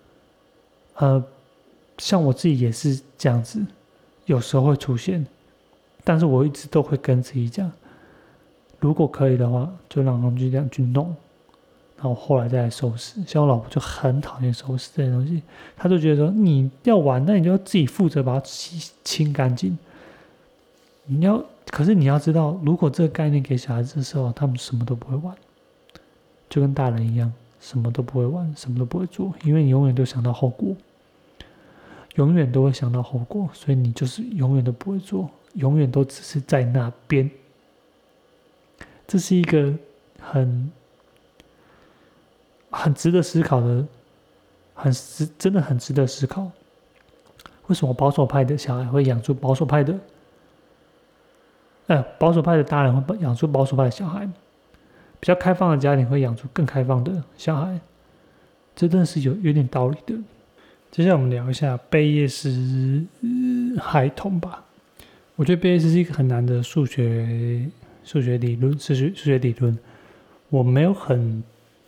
像我自己也是这样子，有时候会出现，但是我一直都会跟自己讲，如果可以的话，就让他们去这样去弄，然后后来再来收拾。像我老婆就很讨厌收拾这些东西，她就觉得说，你要玩，那你就要自己负责把它清干净。可是你要知道，如果这个概念给小孩子的时候，他们什么都不会玩，就跟大人一样，什么都不会玩，什么都不会做，因为你永远都想到后果，永远都会想到后果，所以你就是永远都不会做，永远都只是在那边。这是一个很值得思考的，真的很值得思考。为什么保守派的小孩会养出保守派的大人会养出保守派的小孩，比较开放的家庭会养出更开放的小孩，这真的是有点道理的。接下来我们聊一下贝叶斯孩童吧。我觉得贝叶斯是一个很难的数学理论，我没有很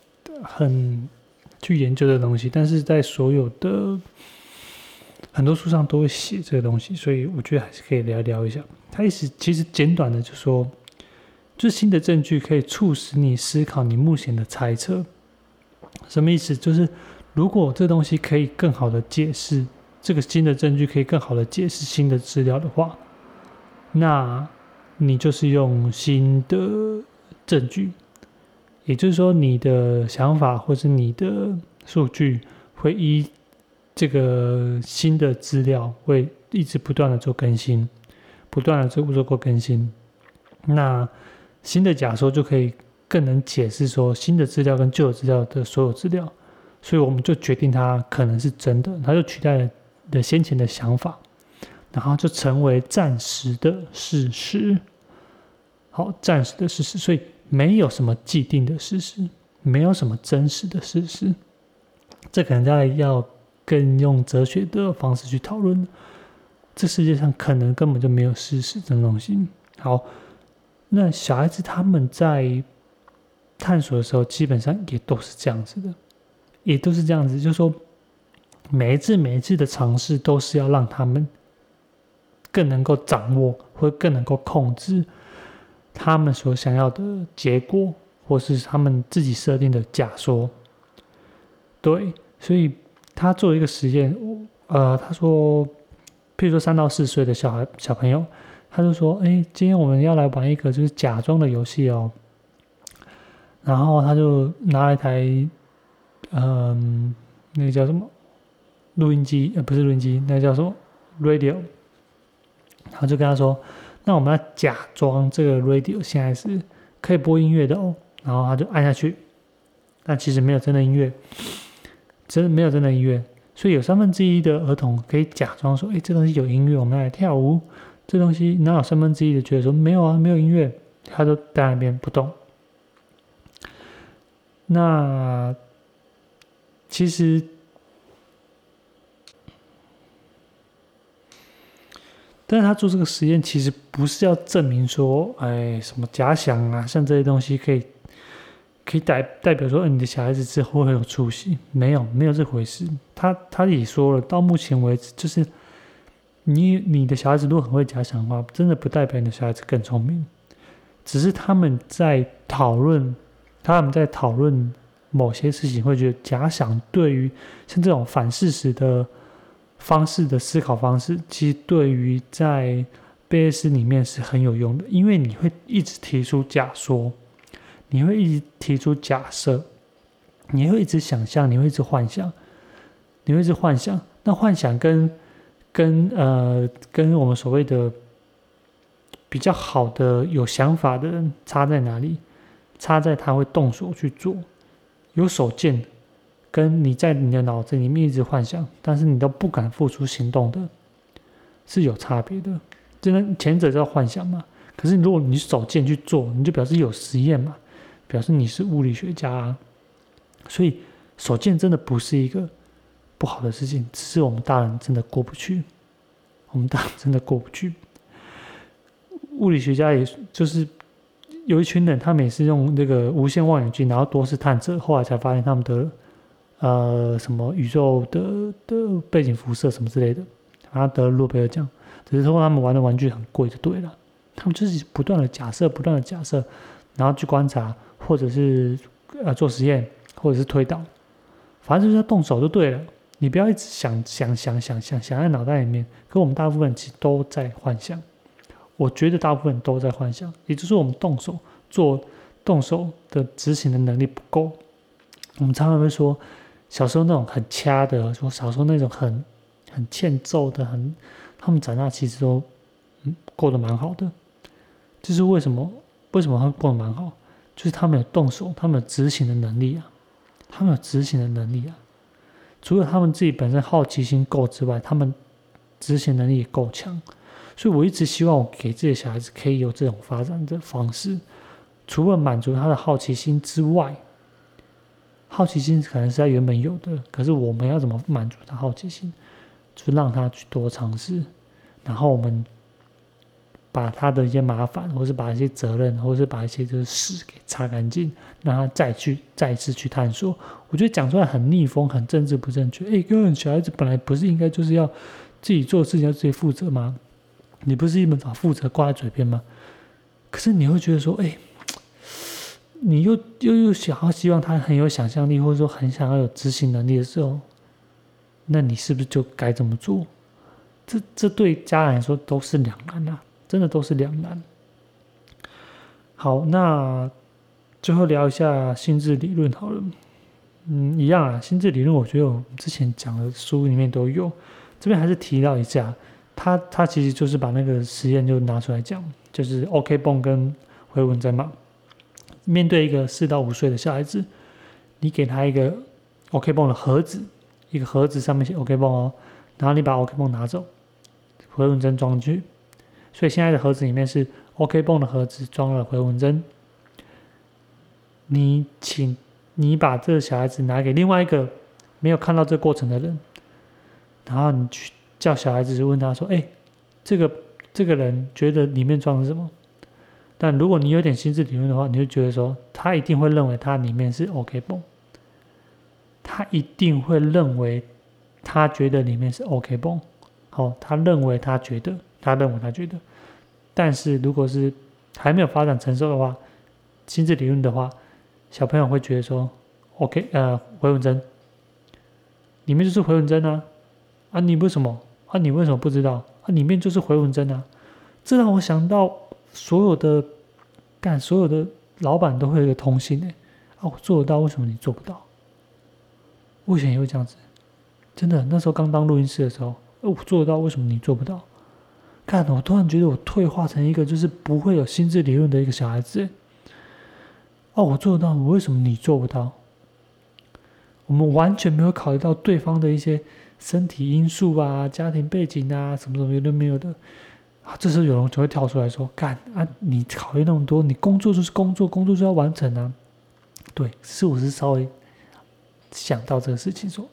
去研究这个东西，但是在所有的很多书上都会写这个东西，所以我觉得还是可以聊一下。它意思其实简短的就说，就是新的证据可以促使你思考你目前的猜测。什么意思？就是如果这东西可以更好的解释，这个新的证据可以更好的解释新的资料的话，那你就是用新的证据，也就是说你的想法或是你的数据会依这个新的资料会一直不断的做更新，做过更新，那新的假说就可以更能解释说新的资料跟旧的资料的所有资料，所以我们就决定它可能是真的，它就取代了先前的想法，然后就成为暂时的事实。好，暂时的事实，所以没有什么既定的事实，没有什么真实的事实，这可能要更用哲学的方式去讨论。这世界上可能根本就没有事实这种东西。好，那小孩子他们在探索的时候，基本上也都是这样子的，就是说每一次的尝试都是要让他们更能够掌握，或更能够控制他们所想要的结果，或是他们自己设定的假说。对，所以他做一个实验，他说，譬如说3到4岁的小朋友，他就说，今天我们要来玩一个就是假装的游戏哦。然后他就拿了一台，那个叫什么录音机，不是录音机，那个叫什么 radio。然后就跟他说，那我们要假装这个 radio 现在是可以播音乐的哦。然后他就按下去，但其实没有真的音乐，没有真的音乐。所以有1/3的儿童可以假装说，这东西有音乐，我们来跳舞。这东西哪有1/3的觉得说没有啊，没有音乐，他就在那边不动。那其实，但是他做这个实验其实不是要证明说，什么假想啊，像这些东西可以代表说，你的小孩子之后会有出息，没有这回事。他也说了，到目前为止，就是你的小孩子如果很会假想的话，真的不代表你的小孩子更聪明，只是他们在讨论某些事情，会觉得假想对于像这种反事实的方式的思考方式，其实对于在贝叶斯里面是很有用的，因为你会一直提出假说，你会一直提出假设，你会一直想象，你会一直幻想。那幻想跟我们所谓的比较好的有想法的人差在哪里？差在他会动手去做。有手贱跟你在你的脑子里面一直幻想，但是你都不敢付出行动的，是有差别的。真的，前者叫幻想嘛，可是如果你手贱去做，你就表示有实验嘛，表示你是物理学家啊。所以手贱真的不是一个不好的事情，只是我们大人真的过不去，我们大人真的过不去。物理学家也就是有一群人，他们也是用这个无线望远镜，然后多次探测，后来才发现他们得什么宇宙的背景辐射什么之类的，然后得了诺贝尔奖。只是说他们玩的玩具很贵就对了，他们就是不断的假设，然后去观察，或者是做实验，或者是推导，反正就是要动手就对了。你不要一直想在脑袋里面。可我们大部分其实都在幻想，我觉得大部分都在幻想，也就是我们动手的执行的能力不够。我们常常会说，小时候那种很掐的，说小时候那种很欠揍的，他们长大其实都过得蛮好的。就是为什么他们过得蛮好，就是他们有动手，他们有执行的能力啊，除了他们自己本身好奇心够之外，他们执行能力也够强。所以我一直希望我给自己的小孩子可以有这种发展的方式，除了满足他的好奇心之外，好奇心可能是他原本有的，可是我们要怎么满足他好奇心，就让他去多尝试，然后我们把他的一些麻烦，或是把一些责任，或是把一些就是屎给擦干净，让他再次去探索。我觉得讲出来很逆风，很政治不正确。根本小孩子本来不是应该就是要自己做事情，要自己负责吗？你不是一本把负责挂在嘴边吗？可是你会觉得说，你又想要希望他很有想象力，或者说很想要有执行能力的时候，那你是不是就该这么做？这对家人来说都是两难啊，真的都是两难。好，那最后聊一下心智理论好了。一样啊，心智理论我觉得我之前讲的书里面都有，这边还是提到一下。他其实就是把那个实验就拿出来讲，就是 OK 绷跟回纹针嘛。面对一个4到5岁的小孩子，你给他一个 OK 绷的盒子，一个盒子上面写 OK 绷哦，然后你把 OK 绷拿走，回纹针装进去。所以现在的盒子里面是 OK 绷的盒子装了回纹针。你把这个小孩子拿给另外一个没有看到这个过程的人，然后你去叫小孩子问他说：“这个人觉得里面装的是什么？”但如果你有点心智理论的话，你就觉得说，他一定会认为它里面是 OK 绷，他一定会认为他觉得里面是 OK 绷。好，他认为他觉得，但是如果是还没有发展成熟的话，心智理论的话，小朋友会觉得说 OK 回纹针里面就是回纹针啊，你为什么不知道啊？里面就是回纹针啊。这让我想到所有的老板都会有一个通信我做得到，为什么你做不到？我以前也会这样子，真的，那时候刚当录音师的时候，我做得到，为什么你做不到？我突然觉得我退化成一个就是不会有心智理论的一个小孩子我做得到，为什么你做不到？我们完全没有考虑到对方的一些身体因素啊、家庭背景啊，什么什么有的没有的这时候有人就会跳出来说：“你考虑那么多，你工作就是工作，工作就要完成啊。”对，我是稍微想到这个事情，说：“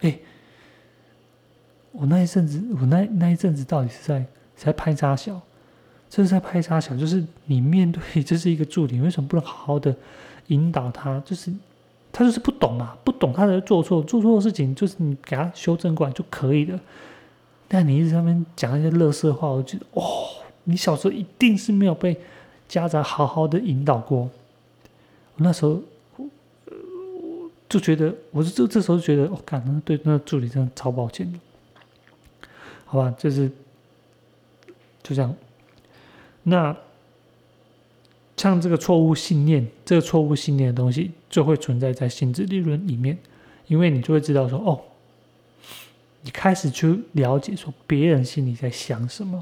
我那一阵子到底是在拍啥小？这是在拍啥小？就是你面对这是一个助理，为什么不能好好的引导他？就是他就是不懂嘛，不懂他的做错的事情，就是你给他修正过来就可以了。但你一直在那边讲一些垃圾话，我觉得你小时候一定是没有被家长好好的引导过。我那时候就觉得，我这时候就觉得，对那个助理真的超抱歉的。好吧，就这样。那像这个错误信念的东西，就会存在在心智理论里面，因为你就会知道说，你开始去了解说别人心里在想什么。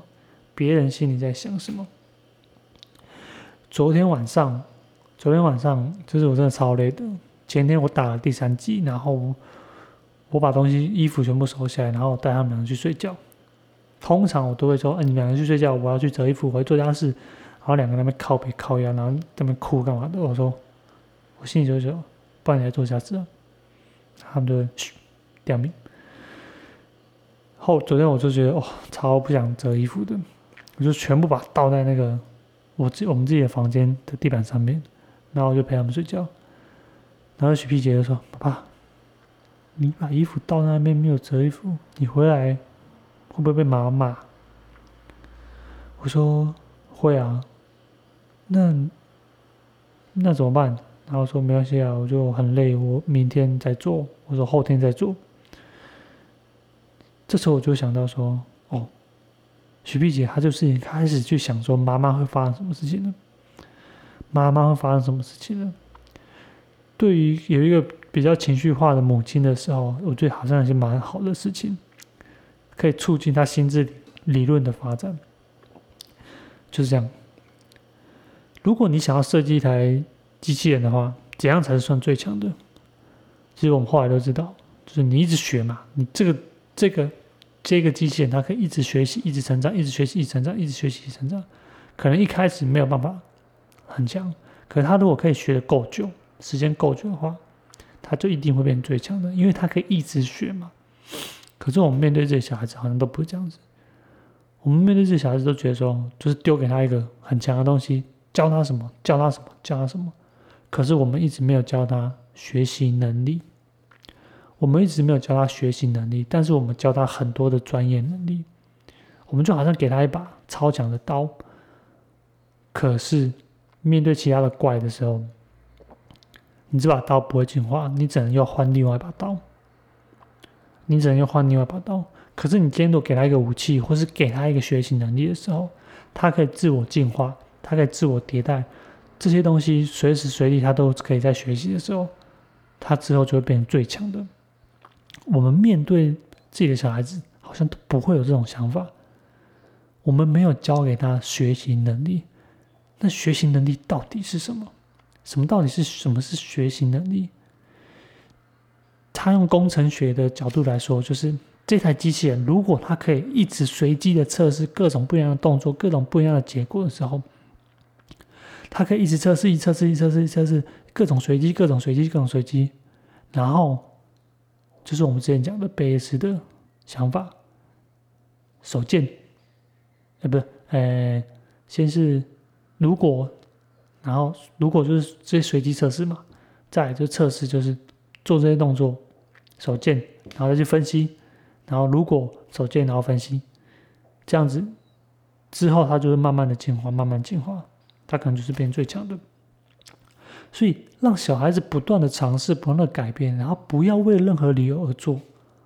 昨天晚上就是我真的超累的。前天我打了第3剂，然后我把衣服全部收起来，然后带他们两个去睡觉。通常我都会说，你们两个去睡觉，我要去折衣服，我会做家事。然后两个在那边靠北靠腰，然后在那边哭干嘛的？我说，我心里就说，不然你来做家事啊。他们就会嘘掉名。昨天我就觉得超不想折衣服的，我就全部把它倒在那个我们自己的房间的地板上面，然后我就陪他们睡觉。然后许碧姐就说：“爸爸，你把衣服倒在那边没有折衣服，你回来会不会被妈妈骂？”我说：“会啊。”那怎么办？然后说没关系啊，我就很累，我明天再做。我说后天再做。这时候我就想到说，许碧姐她就是开始去想说，妈妈会发生什么事情呢？妈妈会发生什么事情呢？对于有一个比较情绪化的母亲的时候，我觉得好像也是蛮好的事情，可以促进她心智理论的发展。就是这样。如果你想要设计一台机器人的话，怎样才是算最强的？其实我们后来都知道，就是你一直学嘛，你这个机器人它可以一直学习、一直成长、一直学习、一直成长、一直学习、一直成长。可能一开始没有办法很强，可是它如果可以学得够久，时间够久的话，它就一定会变最强的，因为它可以一直学嘛。可是我们面对这些小孩子好像都不是这样子，我们面对这些小孩子都觉得说，就是丢给他一个很强的东西，教他什么，教他什么，教他什么。可是我们一直没有教他学习能力，我们一直没有教他学习能力，但是我们教他很多的专业能力。我们就好像给他一把超强的刀，可是面对其他的怪的时候，你这把刀不会进化，你只能又换另外一把刀。可是你今天如果给他一个武器，或是给他一个学习能力的时候，他可以自我进化，他可以自我迭代，这些东西随时随地他都可以在学习的时候，他之后就会变成最强的。我们面对自己的小孩子，好像都不会有这种想法。我们没有教给他学习能力，那学习能力到底是什么？什么是学习能力？他用工程学的角度来说，就是这台机器人如果它可以一直随机的测试各种不一样的动作、各种不一样的结果的时候，它可以一直测试、各种随机，然后就是我们之前讲的贝叶斯的想法，手贱，先是如果，然后如果就是这些随机测试嘛，再来就测试就是做这些动作，手贱，然后再去分析，然后如果手贱然后分析，这样子之后它就会慢慢的进化，它可能就是变最强的。所以让小孩子不断的尝试，不断的改变，然后不要为任何理由而做，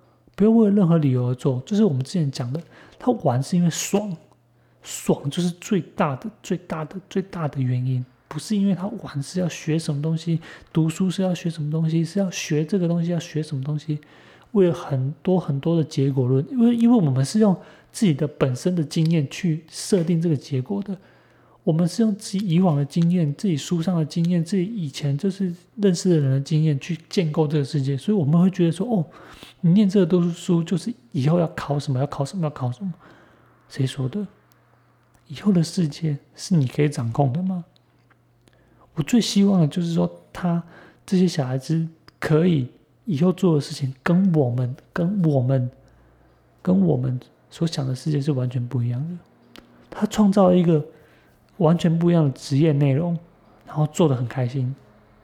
就是我们之前讲的，他玩是因为爽就是最大的原因，不是因为他玩是要学什么东西，读书是要学什么东西，是要学这个东西要学什么东西，为了很多的结果论，因为我们是用自己的本身的经验去设定这个结果的，我们是用自己以往的经验、自己书上的经验、自己以前就是认识的人的经验去建构这个世界，所以我们会觉得说，你念这个都是书，就是以后要考什么，谁说的？以后的世界是你可以掌控的吗？我最希望的就是说，这些小孩子可以以后做的事情跟我们所想的世界是完全不一样的。他创造了一个完全不一样的职业内容，然后做得很开心。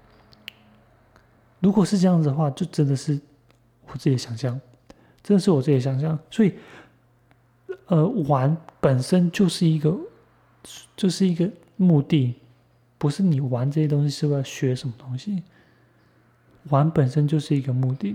如果是这样子的话，就真的是我自己的想象，所以玩本身就是一个目的，不是你玩这些东西是为了学什么东西，玩本身就是一个目的。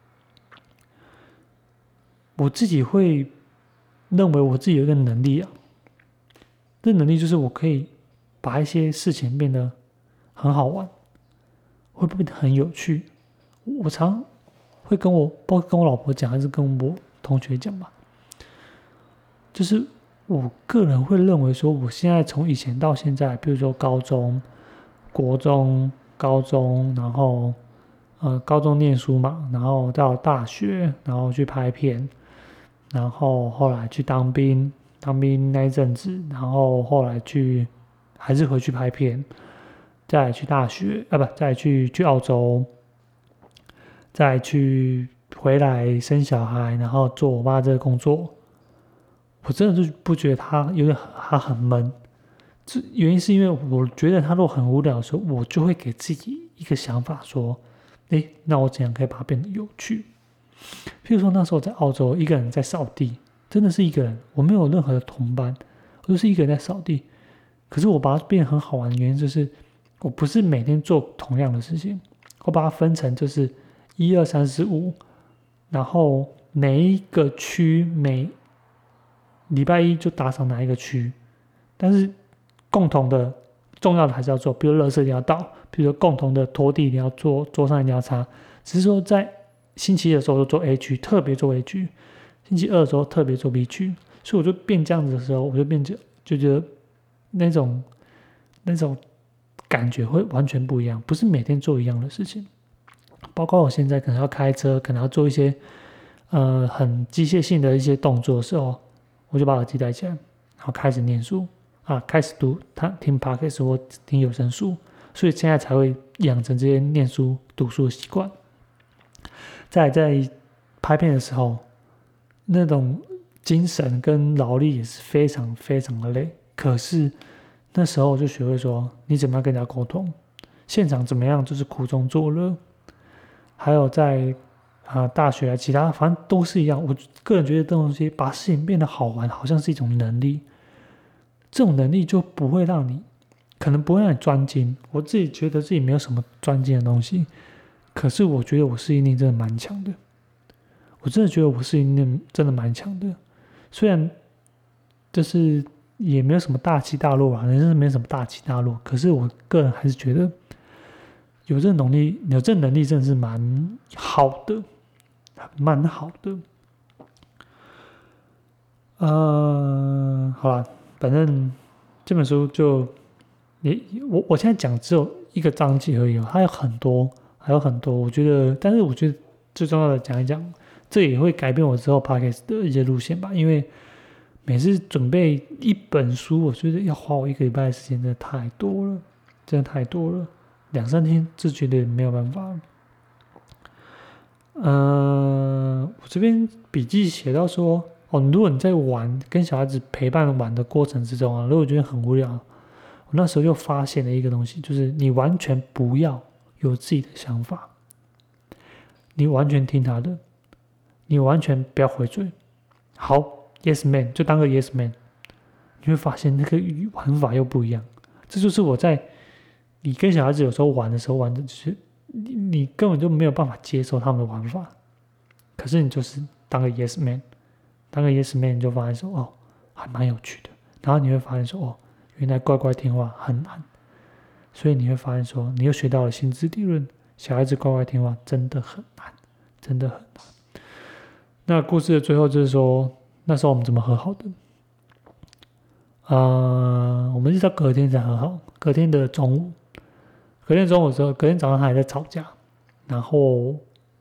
我自己会认为我自己有一个能力啊，这能力就是我可以把一些事情变得很好玩，会变得很有趣。我常会包括跟我老婆讲，还是跟我同学讲吧，就是我个人会认为说，我现在从以前到现在，比如说高中、国中、高中，然后高中念书嘛，然后到大学，然后去拍片，然后后来去当兵，当兵那一阵子，然后后来还是回去拍片，再来去大学不，再来去澳洲，再来去回来生小孩，然后做我爸这个工作。我真的就不觉得他很闷，这原因是因为我觉得他如果很无聊的时候，我就会给自己一个想法说，那我怎样可以把它变得有趣？譬如说那时候在澳洲，一个人在扫地，真的是一个人，我没有任何的同伴，我就是一个人在扫地。可是我把它变得很好玩的原因就是，我不是每天做同样的事情，我把它分成就是1、2、3、4、5，然后每一个区每礼拜一就打扫哪一个区，但是共同的重要的还是要做，比如垃圾一定要倒，比如说共同的拖地一定要做，桌上一定要擦。只是说在星期一的时候就做 A 区，特别做 A 区；星期二的时候特别做 B 区。所以我就变这样子的时候，我就觉得那种感觉会完全不一样，不是每天做一样的事情。包括我现在可能要开车，可能要做一些很机械性的一些动作的时候，我就把耳机戴起来，然后开始念书开始听 podcast 或听有声书，所以现在才会养成这些念书读书的习惯。在拍片的时候，那种精神跟劳力也是非常非常的累，可是那时候我就学会说，你怎么样跟人家沟通，现场怎么样就是苦中作乐。还有在大学其他反正都是一样。我个人觉得这东西把事情变得好玩，好像是一种能力。这种能力就可能不会让你专精。我自己觉得自己没有什么专精的东西，可是我觉得我适应力真的蛮强的。我真的觉得我适应力真的蛮强的，虽然就是也没有什么大起大落人生没有什么大起大落，可是我个人还是觉得有这能力真的是蛮好的，蛮好的。好啦，反正这本书就我现在讲只有一个章节而已，还有很多，我觉得，但是我觉得最重要的讲一讲，这也会改变我之后 podcast 的一些路线吧，因为每次准备一本书，我觉得要花我1个礼拜的时间，真的太多了，2、3天就觉得没有办法。我这边笔记写到说，如果你在跟小孩子陪伴玩的过程之中如果觉得很无聊，我那时候又发现了一个东西，就是你完全不要有自己的想法，你完全听他的，你完全不要回嘴。好 ，yes man 就当个 yes man， 你会发现那个玩法又不一样。这就是我在你跟小孩子有时候玩的时候玩的，就是你根本就没有办法接受他们的玩法，可是你就是当个 yes man， 你就发现说还蛮有趣的。然后你会发现说原来乖乖听话很难，所以你会发现说你又学到了心智理论，小孩子乖乖听话真的很难，真的很难。那故事的最后就是说，那时候我们怎么和好的？我们一直到隔天才和好。隔天中午的时候，隔天早上他还在吵架，然后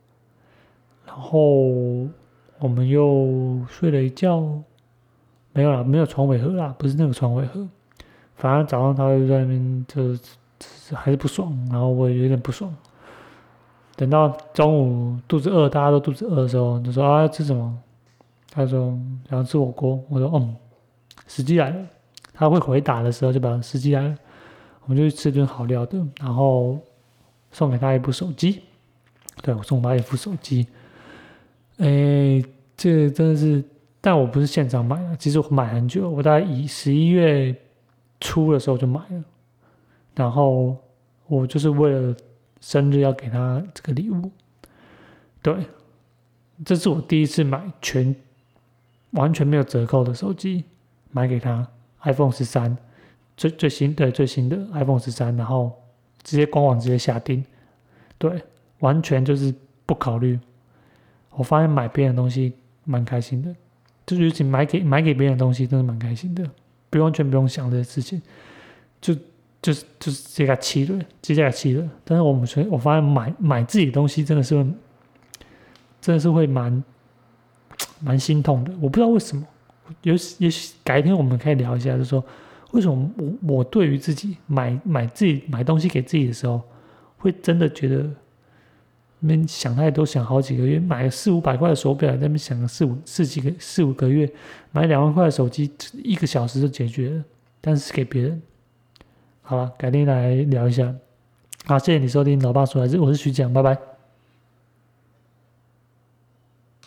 我们又睡了一觉，没有啦，没有床尾和啦，不是那个床尾和。反正早上他就在那边就还是不爽，然后我也有点不爽。等到中午肚子饿，大家都肚子饿的时候，就说要吃什么？他说想要吃火锅。我说时机来了。他会回答的时候就把时机来了，我们就去吃顿好料的，然后送给他一部手机。对，我送他一部手机。这真的是，但我不是现场买的，其实我买很久，我大概11月初的时候就买了，然后我就是为了生日要给他这个礼物。对，这是我第一次买完全没有折扣的手机，买给他 iPhone 13，最新的 iPhone 13，然后直接官网直接下定，对，完全就是不考虑。我发现买别人的东西蛮开心的，就是买给别人的东西真的蛮开心的，完全不用想这些事情，就就是这个气了，但是我发现买自己的东西真的是会蛮心痛的，我不知道为什么。也许改天我们可以聊一下，就是说为什么我对于自己买东西给自己的时候，会真的觉得那想太多，想好几个月，买个400-500块的手表，在那边想个4-5个月，买2万块的手机，1个小时就解决了，但是给别人。好了，改天来聊一下。好，谢谢你收听老爸说还是我是徐讲，拜拜。